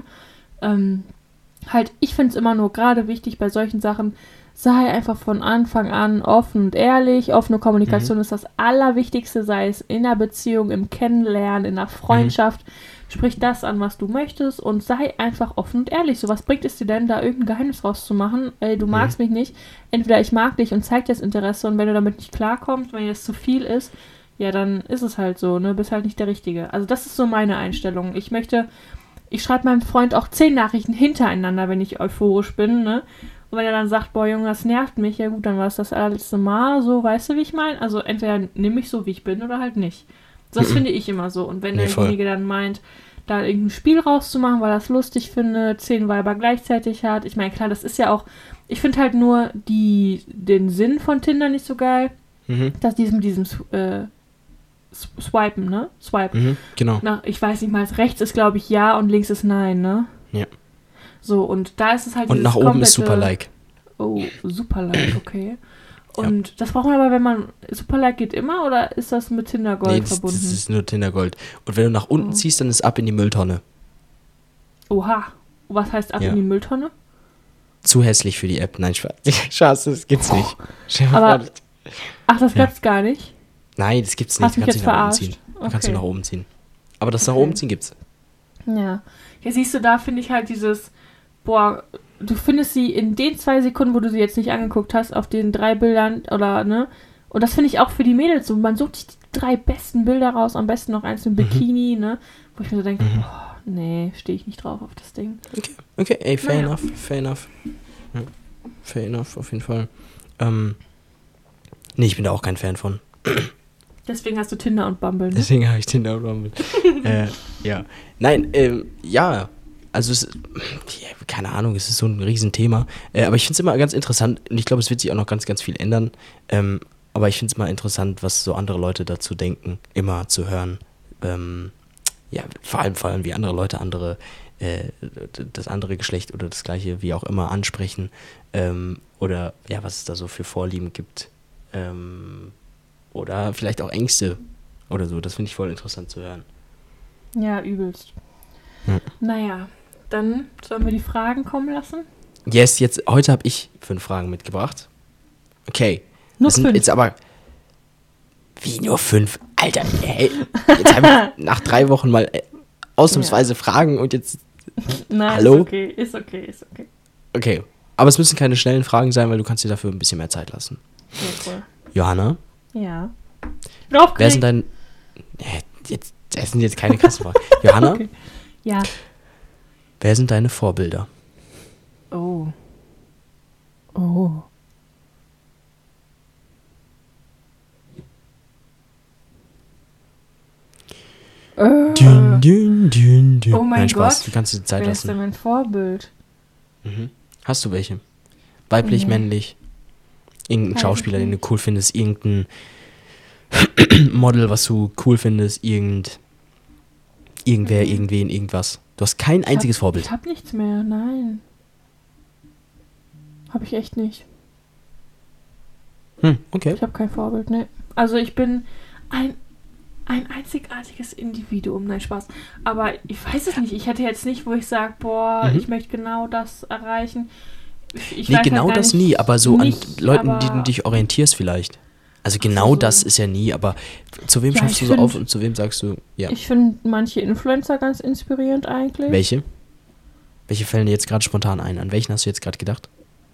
Speaker 1: Halt, ich finde es immer nur gerade wichtig bei solchen Sachen, sei einfach von Anfang an offen und ehrlich. Offene Kommunikation ist das Allerwichtigste, sei es in der Beziehung, im Kennenlernen, in der Freundschaft. Sprich das an, was du möchtest und sei einfach offen und ehrlich. So, was bringt es dir denn, da irgendein Geheimnis rauszumachen? Ey, du magst mich nicht. Entweder ich mag dich und zeig dir das Interesse und wenn du damit nicht klarkommst, wenn dir das zu viel ist, ja, dann ist es halt so, ne? Bist halt nicht der Richtige. Also das ist so meine Einstellung. Ich schreibe meinem Freund auch 10 Nachrichten hintereinander, wenn ich euphorisch bin, ne? Und wenn er dann sagt, boah, Junge, das nervt mich, ja gut, dann war es das allerletzte Mal, so, weißt du, wie ich meine? Also entweder nimm mich so, wie ich bin, oder halt nicht. Das finde ich immer so. Und wenn derjenige dann meint, da irgendein Spiel rauszumachen, weil er es lustig findet, 10 Weiber gleichzeitig hat. Ich meine, klar, das ist ja auch, ich finde halt nur den Sinn von Tinder nicht so geil, dass mit diesem Swipen, ne? Swipen.
Speaker 2: Genau.
Speaker 1: Ich weiß nicht mal, rechts ist, glaube ich, ja und links ist nein, ne?
Speaker 2: Ja.
Speaker 1: So, und da ist es halt
Speaker 2: und nach oben ist Super-Like.
Speaker 1: Oh, Super-Like, okay. Und das braucht man aber, wenn man, Super-Like geht immer, oder ist das mit Tinder Gold verbunden?
Speaker 2: Das ist nur Tinder Gold. Und wenn du nach unten ziehst, dann ist ab in die Mülltonne.
Speaker 1: Oha. Was heißt ab in die Mülltonne?
Speaker 2: Zu hässlich für die App. Nein, Spaß, das gibt's nicht.
Speaker 1: Ach, das gibt's gar nicht?
Speaker 2: Nein, das gibt's nicht.
Speaker 1: Du kannst dich nach oben ziehen.
Speaker 2: Okay. Kannst du nach oben ziehen. Aber das nach oben ziehen gibt's.
Speaker 1: Ja. Ja, siehst du, da finde ich halt dieses, boah, du findest sie in den 2 Sekunden, wo du sie jetzt nicht angeguckt hast, auf den 3 Bildern oder, ne? Und das finde ich auch für die Mädels so. Man sucht sich die 3 besten Bilder raus, am besten noch eins im Bikini, ne? Wo ich mir so denke, boah, nee, stehe ich nicht drauf auf das Ding.
Speaker 2: Okay, ey, fair enough. Ja, fair enough, auf jeden Fall. Nee, ich bin da auch kein Fan von.
Speaker 1: Deswegen hast du Tinder und Bumble, ne?
Speaker 2: Deswegen habe ich Tinder und Bumble. Ja. Nein, ja. Also, keine Ahnung, es ist so ein Riesenthema. Aber ich finde es immer ganz interessant und ich glaube, es wird sich auch noch ganz, ganz viel ändern. Aber ich finde es mal interessant, was so andere Leute dazu denken, immer zu hören. Ja, vor allem, wie andere Leute das andere Geschlecht oder das gleiche, wie auch immer, ansprechen. Oder ja, was es da so für Vorlieben gibt. Oder vielleicht auch Ängste oder so. Das finde ich voll interessant zu hören.
Speaker 1: Ja, übelst. Naja, dann sollen wir die Fragen kommen lassen?
Speaker 2: Yes, heute habe ich 5 Fragen mitgebracht. Okay.
Speaker 1: Nur 5?
Speaker 2: Jetzt aber, wie nur 5? Alter, ey. Jetzt habe ich nach 3 Wochen mal ausnahmsweise Fragen und jetzt,
Speaker 1: nein,
Speaker 2: hallo?
Speaker 1: Ist okay.
Speaker 2: Okay, aber es müssen keine schnellen Fragen sein, weil du kannst dir dafür ein bisschen mehr Zeit lassen.
Speaker 1: Ja, cool.
Speaker 2: Johanna?
Speaker 1: Ja.
Speaker 2: Wer sind dein... Das sind jetzt keine krassen Fragen. Johanna?
Speaker 1: Okay. Ja.
Speaker 2: Wer sind deine Vorbilder?
Speaker 1: Oh.
Speaker 2: Dün.
Speaker 1: Oh mein
Speaker 2: Nein, Spaß,
Speaker 1: Gott.
Speaker 2: du kannst dir Zeit
Speaker 1: Wer
Speaker 2: lassen.
Speaker 1: ist denn mein Vorbild?
Speaker 2: Hast du welche? Weiblich, männlich? Irgendein Schauspieler, den du cool findest? Irgendein Model, was du cool findest? Irgendwer, irgendwen, irgendwas? Du hast kein einziges Vorbild.
Speaker 1: Ich hab nichts mehr, nein. Hab ich echt nicht.
Speaker 2: Okay.
Speaker 1: Ich habe kein Vorbild, ne. Also ich bin ein einzigartiges Individuum. Nein, Spaß. Aber ich weiß es nicht. Ich hätte jetzt nicht, wo ich sage, boah, ich möchte genau das erreichen. Ich
Speaker 2: nee,
Speaker 1: weiß
Speaker 2: genau
Speaker 1: halt
Speaker 2: das nie, aber so
Speaker 1: nicht,
Speaker 2: an Leuten, die du dich orientierst vielleicht. Also genau so. Das ist ja nie, aber zu wem schaffst du so auf und zu wem sagst du, ja.
Speaker 1: Ich finde manche Influencer ganz inspirierend eigentlich.
Speaker 2: Welche? Welche fällen dir jetzt gerade spontan ein? An welchen hast du jetzt gerade gedacht?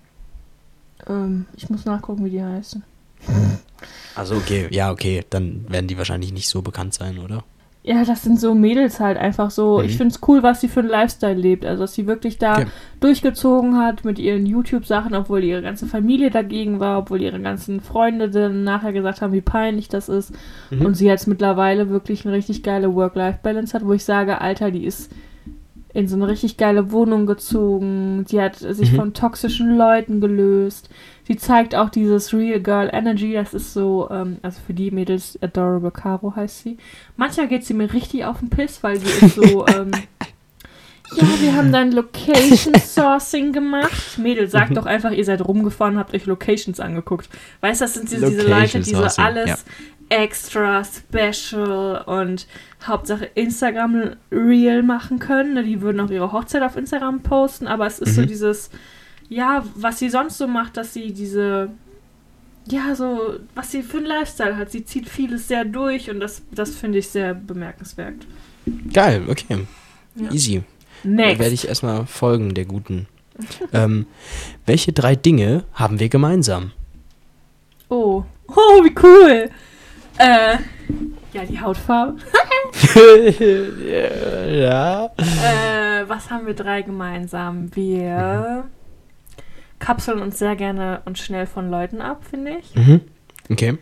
Speaker 1: Ich muss nachgucken, wie die heißen.
Speaker 2: Also okay, ja, okay, dann werden die wahrscheinlich nicht so bekannt sein, oder?
Speaker 1: Ja, das sind so Mädels halt einfach so. Ich finde es cool, was sie für einen Lifestyle lebt. Also, dass sie wirklich da durchgezogen hat mit ihren YouTube-Sachen, obwohl ihre ganze Familie dagegen war, obwohl ihre ganzen Freunde dann nachher gesagt haben, wie peinlich das ist. Und sie jetzt mittlerweile wirklich eine richtig geile Work-Life-Balance hat, wo ich sage, Alter, die ist in so eine richtig geile Wohnung gezogen. Sie hat sich von toxischen Leuten gelöst. Sie zeigt auch dieses Real Girl Energy. Das ist so, also für die Mädels, Adorable Caro heißt sie. Manchmal geht sie mir richtig auf den Piss, weil sie ist so, Ja, wir haben dann Location Sourcing gemacht. Mädel, sagt doch einfach, ihr seid rumgefahren und habt euch Locations angeguckt. Weißt du, das sind diese Leute, die so alles extra special und Hauptsache Instagram Reel machen können. Ne? Die würden auch ihre Hochzeit auf Instagram posten, aber es ist so dieses, ja, was sie sonst so macht, dass sie diese, ja, so, was sie für einen Lifestyle hat. Sie zieht vieles sehr durch und das finde ich sehr bemerkenswert.
Speaker 2: Geil, okay.
Speaker 1: Ja.
Speaker 2: Easy.
Speaker 1: Next.
Speaker 2: Werde ich erstmal folgen, der Guten. Welche 3 Dinge haben wir gemeinsam?
Speaker 1: Oh, wie cool. Ja, die Hautfarbe.
Speaker 2: Ja.
Speaker 1: Was haben wir 3 gemeinsam? Wir kapseln uns sehr gerne und schnell von Leuten ab, finde ich.
Speaker 2: Mhm. Okay.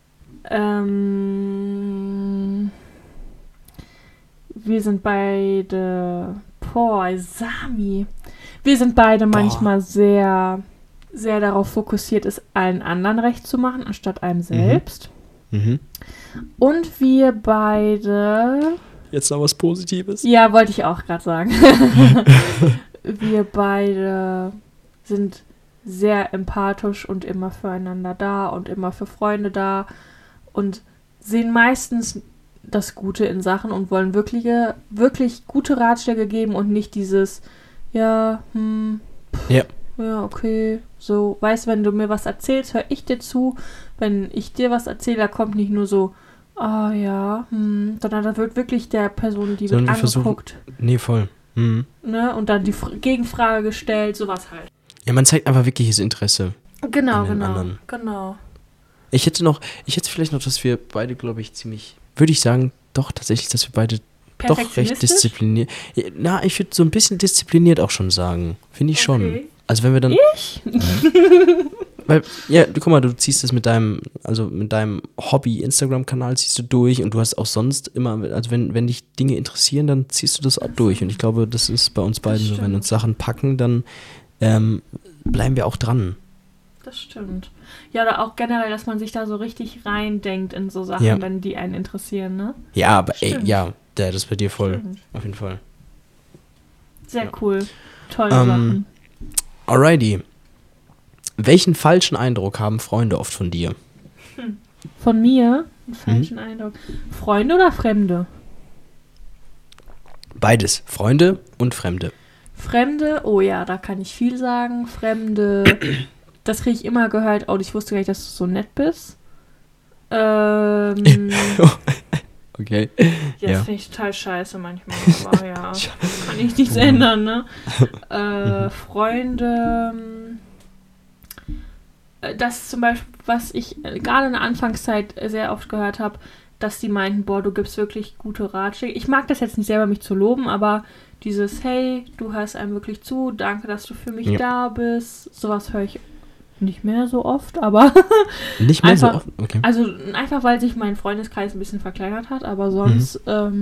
Speaker 1: Wir sind beide... Sami. Wir sind beide manchmal sehr, sehr darauf fokussiert, es allen anderen recht zu machen, anstatt einem selbst.
Speaker 2: Mhm.
Speaker 1: Und wir beide...
Speaker 2: Jetzt noch was Positives?
Speaker 1: Ja, wollte ich auch gerade sagen. Wir beide sind sehr empathisch und immer füreinander da und immer für Freunde da und sehen meistens das Gute in Sachen und wollen wirklich gute Ratschläge geben und nicht dieses, ja, okay, so, weißt, wenn du mir was erzählst, höre ich dir zu, wenn ich dir was erzähle, da kommt nicht nur so, sondern da wird wirklich der Person, die wird angeguckt.
Speaker 2: Nee, voll. Mhm.
Speaker 1: Ne, und dann die Gegenfrage gestellt, sowas halt.
Speaker 2: Ja, man zeigt einfach wirkliches Interesse.
Speaker 1: Genau.
Speaker 2: Ich hätte vielleicht noch, dass wir beide, glaube ich, würde ich sagen, doch tatsächlich, dass wir beide doch recht diszipliniert. Na, ich würde so ein bisschen diszipliniert auch schon sagen. Finde ich schon. Also wenn wir dann...
Speaker 1: Ich?
Speaker 2: Weil, ja, guck mal, du ziehst es mit deinem Hobby-Instagram-Kanal ziehst du durch und du hast auch sonst immer, also wenn dich Dinge interessieren, dann ziehst du das auch durch. Und ich glaube, das ist bei uns beiden so, wenn uns Sachen packen, dann bleiben wir auch dran.
Speaker 1: Das stimmt. Ja, oder auch generell, dass man sich da so richtig reindenkt in so Sachen, wenn die einen interessieren, ne?
Speaker 2: Ja, aber das ist bei dir voll. Stimmt. Auf jeden Fall.
Speaker 1: Sehr cool. Tolle Sachen.
Speaker 2: Alrighty. Welchen falschen Eindruck haben Freunde oft von dir?
Speaker 1: Von mir? Einen falschen Eindruck. Freunde oder Fremde?
Speaker 2: Beides. Freunde und Fremde.
Speaker 1: Fremde, oh ja, da kann ich viel sagen. Fremde, das kriege ich immer gehört. Oh, ich wusste gar nicht, dass du so nett bist.
Speaker 2: Okay.
Speaker 1: Ja, das finde ich total scheiße manchmal. Aber ja, kann ich nichts ändern, ne? Freunde, das zum Beispiel, was ich gerade in der Anfangszeit sehr oft gehört habe, dass die meinten, boah, du gibst wirklich gute Ratschläge. Ich mag das jetzt nicht selber, mich zu loben, aber dieses, hey, du hörst einem wirklich zu, danke, dass du für mich da bist. Sowas höre ich nicht mehr so oft, aber
Speaker 2: nicht mehr einfach, so oft? Okay.
Speaker 1: Also einfach, weil sich mein Freundeskreis ein bisschen verkleinert hat, aber sonst,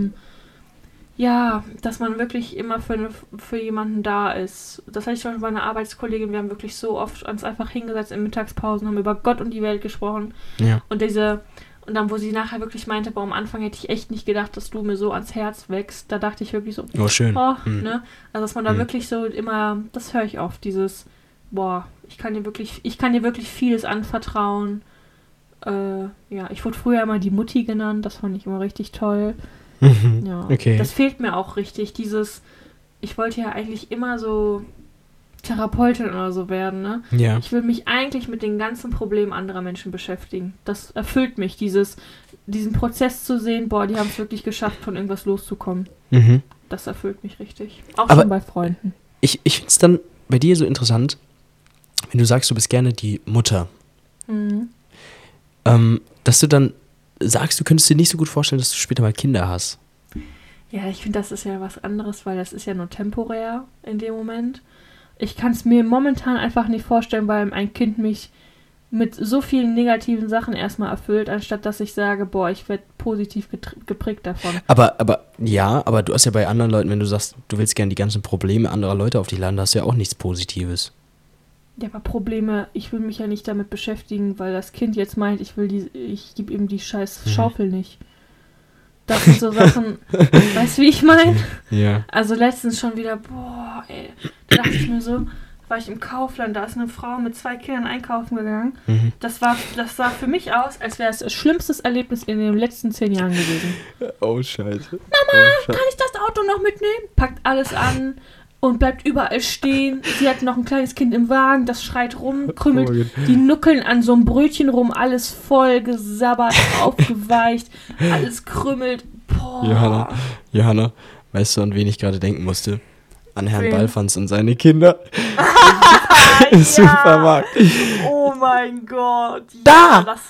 Speaker 1: dass man wirklich immer für jemanden da ist. Das hatte ich schon bei einer Arbeitskollegin, wir haben wirklich so oft uns einfach hingesetzt in Mittagspausen, haben über Gott und die Welt gesprochen. Ja. Und dann, wo sie nachher wirklich meinte, boah, am Anfang hätte ich echt nicht gedacht, dass du mir so ans Herz wächst, da dachte ich wirklich so,
Speaker 2: oh, schön.
Speaker 1: Ne? Also, dass man da wirklich so immer, das höre ich oft, dieses, boah, ich kann dir wirklich vieles anvertrauen. Ich wurde früher immer die Mutti genannt, das fand ich immer richtig toll. Ja, okay. Das fehlt mir auch richtig, ich wollte ja eigentlich immer so Therapeutin oder so werden, ne? Ja. Ich will mich eigentlich mit den ganzen Problemen anderer Menschen beschäftigen. Das erfüllt mich, diesen Prozess zu sehen, boah, die haben es wirklich geschafft, von irgendwas loszukommen. Mhm. Das erfüllt mich richtig. Auch aber schon bei Freunden.
Speaker 2: Ich finde es dann bei dir so interessant, wenn du sagst, du bist gerne die Mutter, dass du dann sagst, du könntest dir nicht so gut vorstellen, dass du später mal Kinder hast.
Speaker 1: Ja, ich finde, das ist ja was anderes, weil das ist ja nur temporär in dem Moment. Ich kann es mir momentan einfach nicht vorstellen, weil ein Kind mich mit so vielen negativen Sachen erstmal erfüllt, anstatt dass ich sage, boah, ich werde positiv geprägt davon.
Speaker 2: Aber du hast ja bei anderen Leuten, wenn du sagst, du willst gerne die ganzen Probleme anderer Leute auf dich laden, hast du ja auch nichts Positives.
Speaker 1: Ja, aber Probleme, ich will mich ja nicht damit beschäftigen, weil das Kind jetzt meint, ich gebe ihm die scheiß Schaufel nicht. Das sind so Sachen, weißt du, wie ich meine?
Speaker 2: Ja.
Speaker 1: Also letztens schon wieder, boah, ey, da dachte ich mir so, war ich im Kaufland, da ist eine Frau mit 2 Kindern einkaufen gegangen. Das sah für mich aus, als wäre es das schlimmste Erlebnis in den letzten 10 Jahren gewesen.
Speaker 2: Oh, Scheiße.
Speaker 1: Mama, kann ich das Auto noch mitnehmen? Packt alles an und bleibt überall stehen. Sie hat noch ein kleines Kind im Wagen, das schreit rum, krümmelt die Nuckeln an so einem Brötchen rum, alles voll gesabbert, aufgeweicht, alles krümmelt. Boah.
Speaker 2: Johanna, weißt du, an wen ich gerade denken musste? An Herrn
Speaker 1: Wen?
Speaker 2: Balfans und seine Kinder. Im
Speaker 1: Ja.
Speaker 2: Supermarkt.
Speaker 1: Oh mein Gott.
Speaker 2: Da!
Speaker 1: Ja,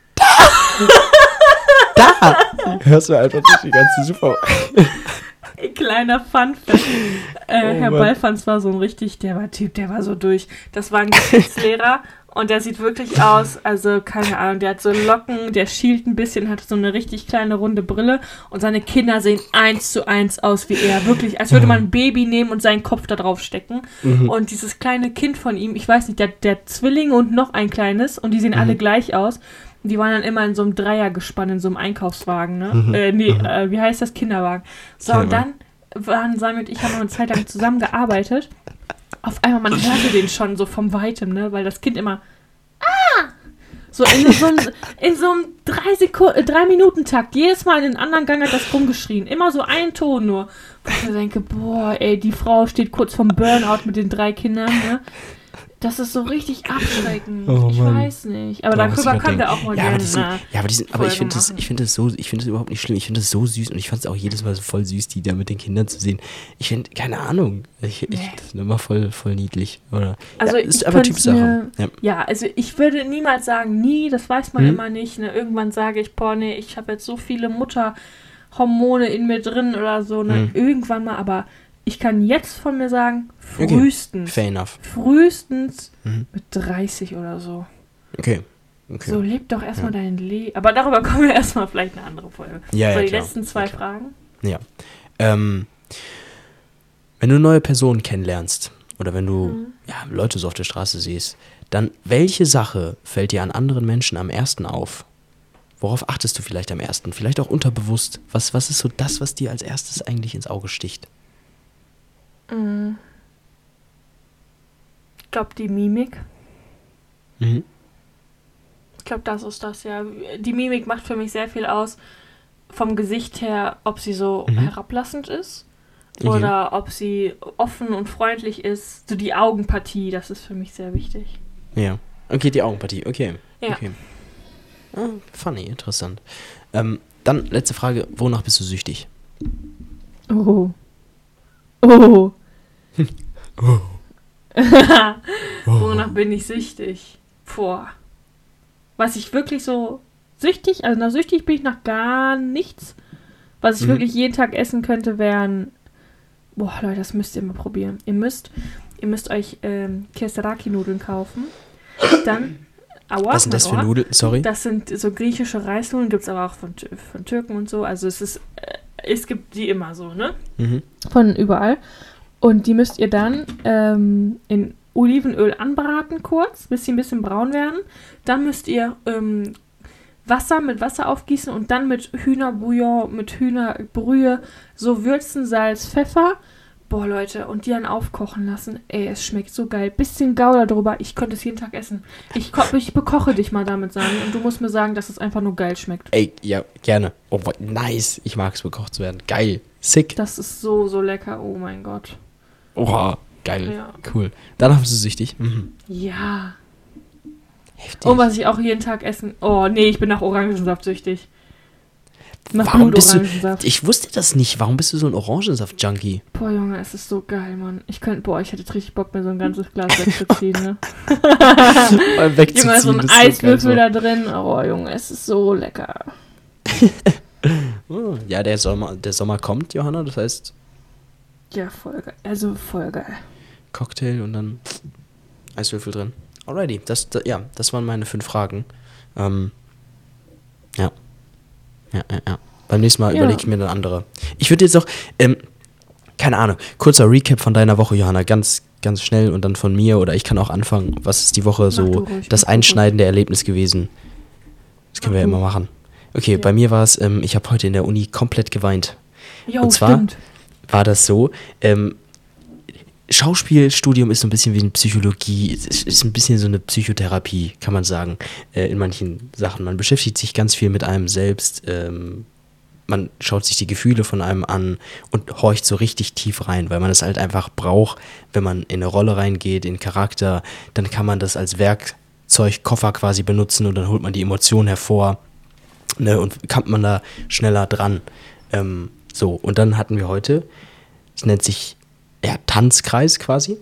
Speaker 2: Da! Hörst du einfach durch die ganze Supermarkt.
Speaker 1: kleiner Fun-Fact. Herr
Speaker 2: Mann.
Speaker 1: Balfans war so ein richtig, der war so durch. Das war ein Geschichtslehrer und der sieht wirklich aus, also keine Ahnung, der hat so Locken, der schielt ein bisschen, hat so eine richtig kleine runde Brille und seine Kinder sehen 1:1 aus wie er. Wirklich, als würde man ein Baby nehmen und seinen Kopf da drauf stecken. Und dieses kleine Kind von ihm, ich weiß nicht, der Zwilling und noch ein kleines und die sehen alle gleich aus. Die waren dann immer in so einem Dreiergespann, in so einem Einkaufswagen, ne? Wie heißt das? Kinderwagen. So, und dann waren Sami und ich haben eine Zeit lang zusammengearbeitet. Auf einmal, man hörte den schon so vom Weitem, ne? Weil das Kind immer so in so einem 3-Minuten-Takt, jedes Mal in den anderen Gang hat das rumgeschrien. Immer so ein Ton nur. Wo ich mir denke, boah, ey, die Frau steht kurz vorm Burnout mit den 3 Kindern, ne? Das ist so richtig abschreckend.
Speaker 2: Oh,
Speaker 1: ich
Speaker 2: Mann.
Speaker 1: weiß nicht. Aber darüber können wir auch mal gerne.
Speaker 2: Aber ich finde das überhaupt nicht schlimm. Ich finde das so süß und ich fand es auch jedes Mal so voll süß, die da mit den Kindern zu sehen. Ich finde, keine Ahnung. Ich finde das immer voll niedlich. Oder?
Speaker 1: Also
Speaker 2: ja, ist aber Typsache.
Speaker 1: Ja, also ich würde niemals sagen, nie, das weiß man immer nicht. Ne? Irgendwann sage ich, boah, nee, ich habe jetzt so viele Mutterhormone in mir drin oder so. Ne? Irgendwann mal, aber ich kann jetzt von mir sagen, frühestens.
Speaker 2: Okay. Fair enough.
Speaker 1: Frühestens mit 30 oder so.
Speaker 2: Okay.
Speaker 1: So, leb doch erstmal dein Leben. Aber darüber kommen wir erstmal vielleicht eine andere Folge.
Speaker 2: Ja,
Speaker 1: so,
Speaker 2: ja,
Speaker 1: die
Speaker 2: klar.
Speaker 1: letzten 2 Fragen.
Speaker 2: Ja. Wenn du neue Personen kennenlernst oder wenn du Leute so auf der Straße siehst, dann welche Sache fällt dir an anderen Menschen am ersten auf? Worauf achtest du vielleicht am ersten? Vielleicht auch unterbewusst. Was ist so das, was dir als erstes eigentlich ins Auge sticht?
Speaker 1: Ich glaube, die Mimik.
Speaker 2: Mhm.
Speaker 1: Ich glaube, das ist das, ja. Die Mimik macht für mich sehr viel aus. Vom Gesicht her, ob sie so herablassend ist oder ob sie offen und freundlich ist. So die Augenpartie, das ist für mich sehr wichtig.
Speaker 2: Ja. Okay, die Augenpartie. Okay.
Speaker 1: Ja.
Speaker 2: Okay. Funny, interessant. Dann letzte Frage. Wonach bist du süchtig?
Speaker 1: Oh. Wonach bin ich süchtig? Was ich wirklich so süchtig, also nach süchtig bin ich nach gar nichts. Was ich wirklich jeden Tag essen könnte, wären, Leute, das müsst ihr mal probieren. Ihr müsst euch Kesaraki-Nudeln kaufen. Dann,
Speaker 2: Was sind das für Nudeln? Sorry?
Speaker 1: Das sind so griechische Reisnudeln, gibt es aber auch von Türken und so. Also es gibt die immer so, ne? Von überall. Und die müsst ihr dann in Olivenöl anbraten kurz, bis sie ein bisschen braun werden. Dann müsst ihr Wasser mit Wasser aufgießen und dann mit Hühnerbouillon, mit Hühnerbrühe, so würzen, Salz, Pfeffer. Boah, Leute, und die dann aufkochen lassen. Ey, es schmeckt so geil. Bisschen Gouda drüber. Ich könnte es jeden Tag essen. Ich bekoche dich mal damit, Sami. Und du musst mir sagen, dass es einfach nur geil schmeckt.
Speaker 2: Ey, ja, gerne. Oh, nice. Ich mag es, bekocht zu werden. Geil. Sick.
Speaker 1: Das ist so, so lecker. Oh mein Gott.
Speaker 2: Oha, geil.
Speaker 1: Ja.
Speaker 2: Cool. Danach bist du süchtig.
Speaker 1: Ja.
Speaker 2: Heftig.
Speaker 1: Und was ich auch jeden Tag essen. Oh, nee, ich bin nach Orangensaft süchtig. Nach
Speaker 2: Warum bist du?
Speaker 1: Blutorangensaft.
Speaker 2: Ich wusste das nicht. Warum bist du so ein Orangensaft-Junkie?
Speaker 1: Boah, Junge, es ist so geil, Mann. Ich hätte richtig Bock, mir so ein ganzes Glas wegzuziehen, ne?
Speaker 2: Wegzuziehen.
Speaker 1: Junge, so ein
Speaker 2: ist
Speaker 1: Eiswürfel
Speaker 2: geil,
Speaker 1: da drin. Oh, Junge, es ist so lecker.
Speaker 2: so. Ja, der Sommer kommt, Johanna. Das heißt
Speaker 1: Ja, voll geil. Also voll geil.
Speaker 2: Cocktail und dann Eiswürfel drin. Alrighty. Das waren meine 5 Fragen. Ja. Beim nächsten Mal überlege ich mir eine andere. Ich würde jetzt auch, keine Ahnung, kurzer Recap von deiner Woche, Johanna, ganz, ganz schnell und dann von mir oder ich kann auch anfangen. Was ist die Woche so das einschneidende Erlebnis gewesen? Das können wir ja immer machen. Okay,
Speaker 1: Ja.
Speaker 2: bei mir war es, ich habe heute in der Uni komplett geweint.
Speaker 1: Jo,
Speaker 2: Und zwar
Speaker 1: stimmt.
Speaker 2: war das so, Schauspielstudium ist so ein bisschen wie eine Psychologie, es ist ein bisschen so eine Psychotherapie, kann man sagen, in manchen Sachen. Man beschäftigt sich ganz viel mit einem selbst, man schaut sich die Gefühle von einem an und horcht so richtig tief rein, weil man es halt einfach braucht, wenn man in eine Rolle reingeht, in einen Charakter, dann kann man das als Werkzeugkoffer quasi benutzen und dann holt man die Emotionen hervor, ne, und kommt man da schneller dran. So, und dann hatten wir heute, es nennt sich Tanzkreis quasi,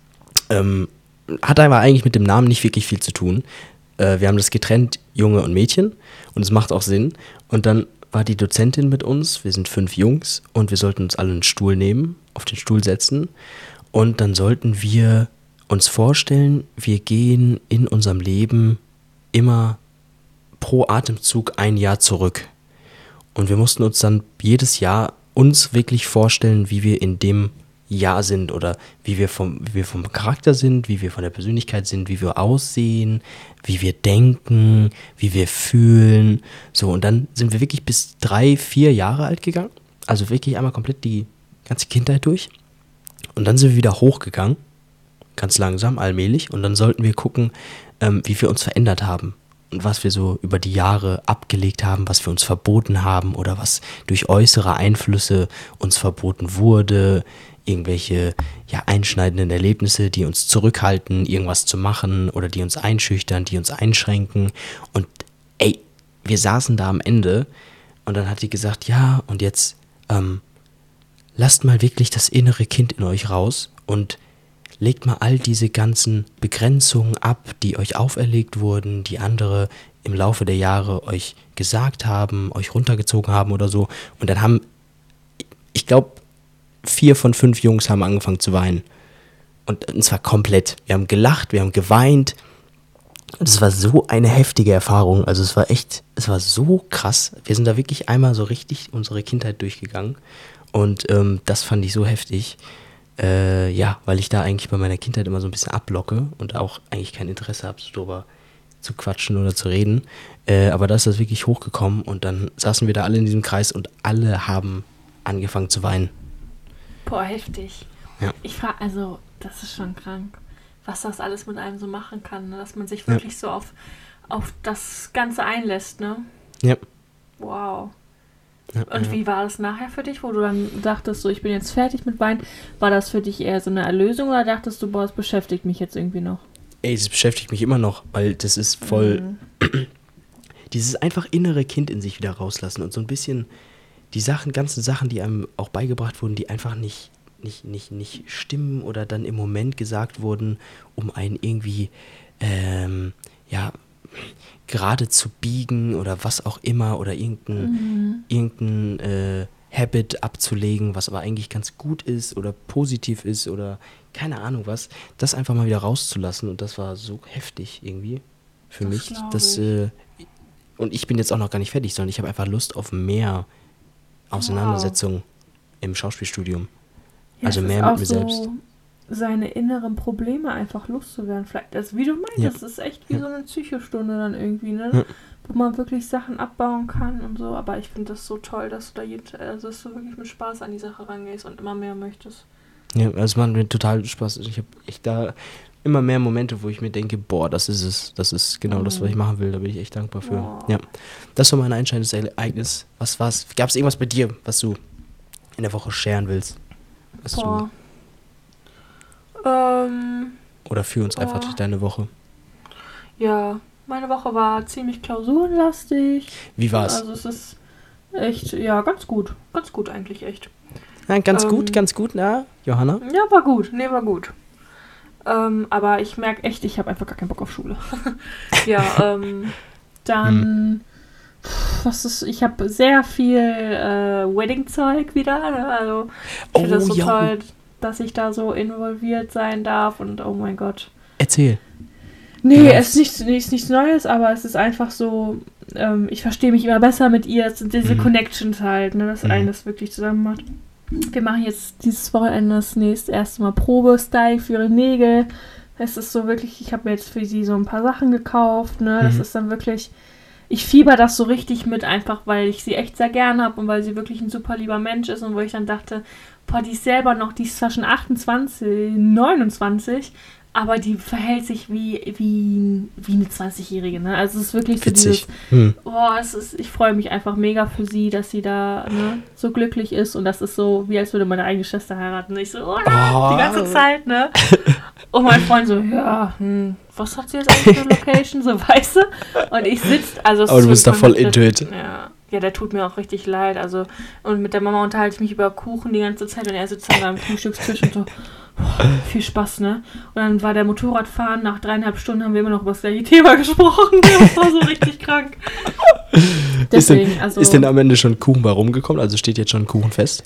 Speaker 2: hat aber eigentlich mit dem Namen nicht wirklich viel zu tun. Wir haben das getrennt, Junge und Mädchen, und es macht auch Sinn. Und dann war die Dozentin mit uns, wir sind 5 Jungs und wir sollten uns alle einen Stuhl nehmen, auf den Stuhl setzen und dann sollten wir uns vorstellen, wir gehen in unserem Leben immer pro Atemzug ein Jahr zurück. Und wir mussten uns dann jedes Jahr uns wirklich vorstellen, wie wir in dem Jahr sind oder wie wir vom Charakter sind, wie wir von der Persönlichkeit sind, wie wir aussehen, wie wir denken, wie wir fühlen. So, und dann sind wir wirklich bis 3, 4 Jahre alt gegangen. Also wirklich einmal komplett die ganze Kindheit durch. Und dann sind wir wieder hochgegangen, ganz langsam, allmählich. Und dann sollten wir gucken, wie wir uns verändert haben. Und was wir so über die Jahre abgelegt haben, was wir uns verboten haben oder was durch äußere Einflüsse uns verboten wurde, irgendwelche einschneidenden Erlebnisse, die uns zurückhalten, irgendwas zu machen oder die uns einschüchtern, die uns einschränken. Und wir saßen da am Ende und dann hat die gesagt, ja, und jetzt lasst mal wirklich das innere Kind in euch raus und legt mal all diese ganzen Begrenzungen ab, die euch auferlegt wurden, die andere im Laufe der Jahre euch gesagt haben, euch runtergezogen haben oder so. Und dann haben, ich glaube, 4 von 5 Jungs haben angefangen zu weinen. Und zwar komplett. Wir haben gelacht, wir haben geweint. Und es war so eine heftige Erfahrung. Also es war so krass. Wir sind da wirklich einmal so richtig unsere Kindheit durchgegangen. Und das fand ich so heftig. Weil ich da eigentlich bei meiner Kindheit immer so ein bisschen abblocke und auch eigentlich kein Interesse habe, so drüber zu quatschen oder zu reden. Aber da ist das wirklich hochgekommen und dann saßen wir da alle in diesem Kreis und alle haben angefangen zu weinen.
Speaker 1: Boah, heftig.
Speaker 2: Ja.
Speaker 1: Ich frage, also, das ist schon krank, was das alles mit einem so machen kann, ne? Dass man sich wirklich so auf das Ganze einlässt, ne?
Speaker 2: Ja.
Speaker 1: Wow.
Speaker 2: Ja,
Speaker 1: Und wie war das nachher für dich, wo du dann dachtest, so, ich bin jetzt fertig mit Weinen? War das für dich eher so eine Erlösung oder dachtest du, boah, es beschäftigt mich jetzt irgendwie noch?
Speaker 2: Es beschäftigt mich immer noch, weil das ist voll dieses einfach innere Kind in sich wieder rauslassen und so ein bisschen die ganzen Sachen, die einem auch beigebracht wurden, die einfach nicht stimmen oder dann im Moment gesagt wurden, um einen irgendwie gerade zu biegen oder was auch immer oder irgendein Habit abzulegen, was aber eigentlich ganz gut ist oder positiv ist oder keine Ahnung was, das einfach mal wieder rauszulassen und das war so heftig irgendwie für mich. Und ich bin jetzt auch noch gar nicht fertig, sondern ich habe einfach Lust auf mehr Auseinandersetzung im Schauspielstudium.
Speaker 1: Ja,
Speaker 2: also mehr mit mir selbst.
Speaker 1: Seine inneren Probleme einfach loszuwerden. Vielleicht, also wie du meintest, das ist echt wie so eine Psychostunde dann irgendwie, ne? Ja. Wo man wirklich Sachen abbauen kann und so. Aber ich finde das so toll, dass du dass du wirklich mit Spaß an die Sache rangehst und immer mehr möchtest.
Speaker 2: Ja, es macht mir total Spaß. Ich habe echt da immer mehr Momente, wo ich mir denke, boah, das ist es. Das ist genau das, was ich machen will. Da bin ich echt dankbar für. Oh. Ja, das war mein einschneidendes Ereignis. Was war's? Gab es irgendwas bei dir, was du in der Woche sharen willst? Oder führ uns einfach durch deine Woche.
Speaker 1: Ja, meine Woche war ziemlich klausurenlastig.
Speaker 2: Wie war's?
Speaker 1: Also es ist echt, ja, ganz gut. Ganz gut eigentlich, echt.
Speaker 2: Nein, ganz gut, na, Johanna?
Speaker 1: Ja, war gut. Nee, war gut. Aber ich merke echt, ich habe einfach gar keinen Bock auf Schule. Ja, dann... ich habe sehr viel Wedding-Zeug wieder. Ne? Also ich finde das so toll, dass ich da so involviert sein darf und oh mein Gott.
Speaker 2: Erzähl.
Speaker 1: Nee, es ist nichts Neues, aber es ist einfach so, ich verstehe mich immer besser mit ihr. Es sind diese Connections halt, ne, dass einen das wirklich zusammen macht. Wir machen jetzt dieses Wochenende das erste Mal Probe-Style für ihre Nägel. Es ist so wirklich, ich habe mir jetzt für sie so ein paar Sachen gekauft, ne, das ist dann wirklich... ich fieber das so richtig mit, einfach weil ich sie echt sehr gern habe und weil sie wirklich ein super lieber Mensch ist und wo ich dann dachte, boah, die ist selber noch, die ist zwar schon 28, 29, aber die verhält sich wie eine 20-Jährige, ne? Also es ist wirklich so
Speaker 2: Witzig.
Speaker 1: dieses, boah, ich freue mich einfach mega für sie, dass sie da, ne, so glücklich ist und das ist so, wie als würde meine eigene Schwester heiraten. Und ich so, die ganze Zeit, ne? Und mein Freund so, ja, was hat sie jetzt eigentlich für eine Location, so, weißt du? Und ich sitze, also...
Speaker 2: Aber du bist da voll into it.
Speaker 1: Ja, der tut mir auch richtig leid, also, und mit der Mama unterhalte ich mich über Kuchen die ganze Zeit und er sitzt dann da am Frühstückstisch und so, viel Spaß, ne? Und dann war der Motorradfahren, nach 3,5 Stunden haben wir immer noch über das gleiche Thema gesprochen, das war so richtig krank. Deswegen,
Speaker 2: ist denn am Ende schon Kuchen bei rumgekommen, also steht jetzt schon Kuchen fest?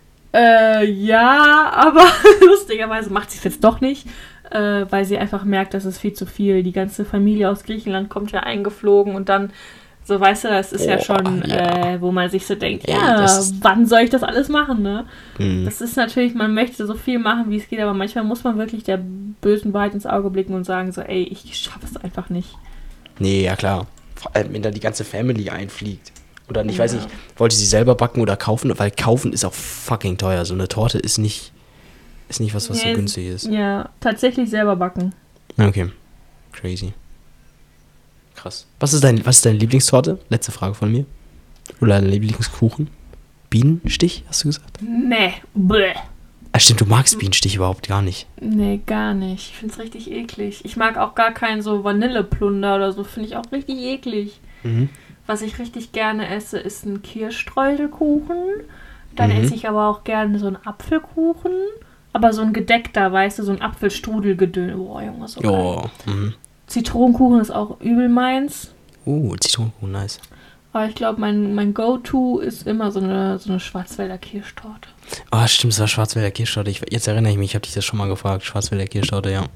Speaker 1: Ja, aber lustigerweise macht sie es jetzt doch nicht, weil sie einfach merkt, das ist viel zu viel. Die ganze Familie aus Griechenland kommt ja eingeflogen und dann, so weißt du, das ist ja schon, wo man sich so denkt, wann soll ich das alles machen, ne? Das ist natürlich, man möchte so viel machen, wie es geht, aber manchmal muss man wirklich der bösen Wahrheit ins Auge blicken und sagen so, ey, ich schaffe es einfach nicht.
Speaker 2: Nee, ja klar. Vor allem, wenn da die ganze Family einfliegt. Oder ich weiß nicht, wollte sie selber backen oder kaufen? Weil kaufen ist auch fucking teuer. So eine Torte ist nicht was so günstig ist.
Speaker 1: Ja, tatsächlich selber backen.
Speaker 2: Okay, crazy. Krass. Was ist deine Lieblingstorte? Letzte Frage von mir. Oder dein Lieblingskuchen? Bienenstich, hast du gesagt?
Speaker 1: Nee, bleh.
Speaker 2: Stimmt, du magst Bienenstich überhaupt gar nicht.
Speaker 1: Nee, gar nicht. Ich find's richtig eklig. Ich mag auch gar keinen so Vanilleplunder oder so. Finde ich auch richtig eklig. Was ich richtig gerne esse, ist ein Kirschstreuselkuchen. Dann esse ich aber auch gerne so einen Apfelkuchen. Aber so ein gedeckter, weißt du, so ein Apfelstrudelgedöns. Boah, Junge, so geil. Zitronenkuchen ist auch übel meins.
Speaker 2: Zitronenkuchen, nice.
Speaker 1: Aber ich glaube, mein Go-To ist immer so eine Schwarzwälder Kirschtorte.
Speaker 2: Ah, stimmt, es war Schwarzwälder Kirschtorte. Jetzt erinnere ich mich, ich habe dich das schon mal gefragt. Schwarzwälder Kirschtorte, ja.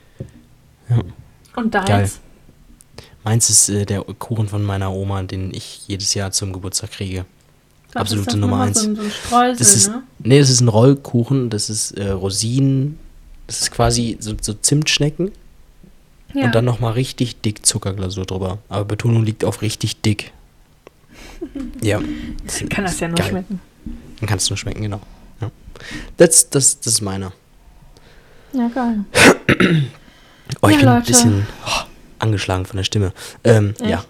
Speaker 1: Und deins?
Speaker 2: Geil. Meins ist der Kuchen von meiner Oma, den ich jedes Jahr zum Geburtstag kriege.
Speaker 1: Was
Speaker 2: absolute
Speaker 1: ist das
Speaker 2: Nummer 1.
Speaker 1: So ein Streusel, ne?
Speaker 2: Nee, das ist ein Rollkuchen, das ist Rosinen, das ist quasi so Zimtschnecken und dann nochmal richtig dick Zuckerglasur drüber. Aber Betonung liegt auf richtig dick. Ja.
Speaker 1: Kann das ja nur schmecken.
Speaker 2: Dann kann es nur schmecken, genau. Ja. Das ist meiner.
Speaker 1: Ja, geil.
Speaker 2: Ich bin ein bisschen angeschlagen von der Stimme. Ja.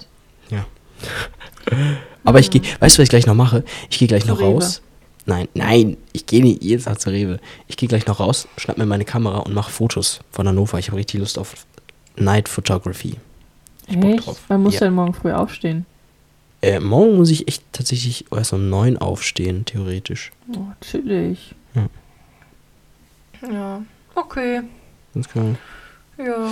Speaker 2: Aber ich gehe, weißt du, was ich gleich noch mache? Ich gehe gleich noch raus. Nein, ich gehe nicht jetzt zur Rewe. Ich gehe gleich noch raus, schnapp mir meine Kamera und mache Fotos von Hannover. Ich habe richtig Lust auf Night Photography.
Speaker 1: Echt? Wann musst du denn morgen früh aufstehen?
Speaker 2: Morgen muss ich echt tatsächlich erst um 9 aufstehen, theoretisch.
Speaker 1: Oh, chillig. Ja, okay.
Speaker 2: Ganz klar.
Speaker 1: Ja.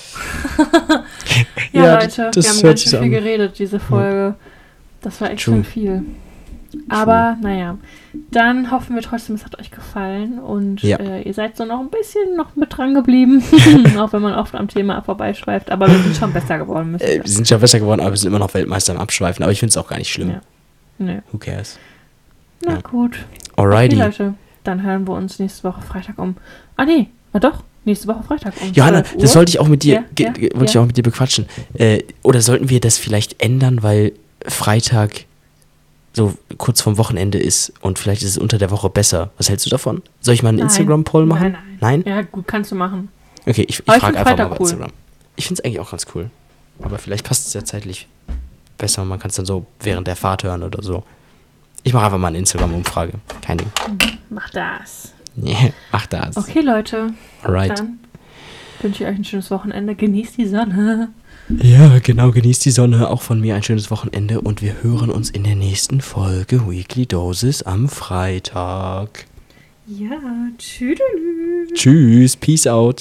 Speaker 1: Leute, wir haben ganz schön viel geredet, diese Folge. Das war echt schon viel. Aber, naja, dann hoffen wir trotzdem, es hat euch gefallen und ihr seid so noch ein bisschen noch mit dran geblieben, auch wenn man oft am Thema vorbeischweift, aber wir sind schon besser geworden.
Speaker 2: Wir sind schon besser geworden, aber wir sind immer noch Weltmeister im Abschweifen, aber ich finde es auch gar nicht schlimm.
Speaker 1: Ja. Nee.
Speaker 2: Who cares?
Speaker 1: Na gut.
Speaker 2: Alrighty.
Speaker 1: Okay, Leute, dann hören wir uns nächste Woche Freitag nächste Woche Freitag um
Speaker 2: Johanna,
Speaker 1: 12 Uhr.
Speaker 2: Das wollte ich auch mit dir, ich auch mit dir bequatschen. Oder sollten wir das vielleicht ändern, weil Freitag so kurz vorm Wochenende ist und vielleicht ist es unter der Woche besser. Was hältst du davon? Soll ich mal einen Instagram-Poll machen? Nein?
Speaker 1: Ja, gut, kannst du machen.
Speaker 2: Okay, ich frage einfach mal bei Instagram. Ich finde es eigentlich auch ganz cool. Aber vielleicht passt es ja zeitlich besser. Man kann es dann so während der Fahrt hören oder so. Ich mache einfach mal eine Instagram-Umfrage. Kein Ding.
Speaker 1: Mach das.
Speaker 2: Yeah, mach das.
Speaker 1: Okay, Leute.
Speaker 2: Alright.
Speaker 1: Dann wünsche ich euch ein schönes Wochenende. Genießt die Sonne.
Speaker 2: Ja, genau. Genießt die Sonne. Auch von mir ein schönes Wochenende. Und wir hören uns in der nächsten Folge Weekly Doses am Freitag.
Speaker 1: Ja, tschüss.
Speaker 2: Tschüss. Peace out.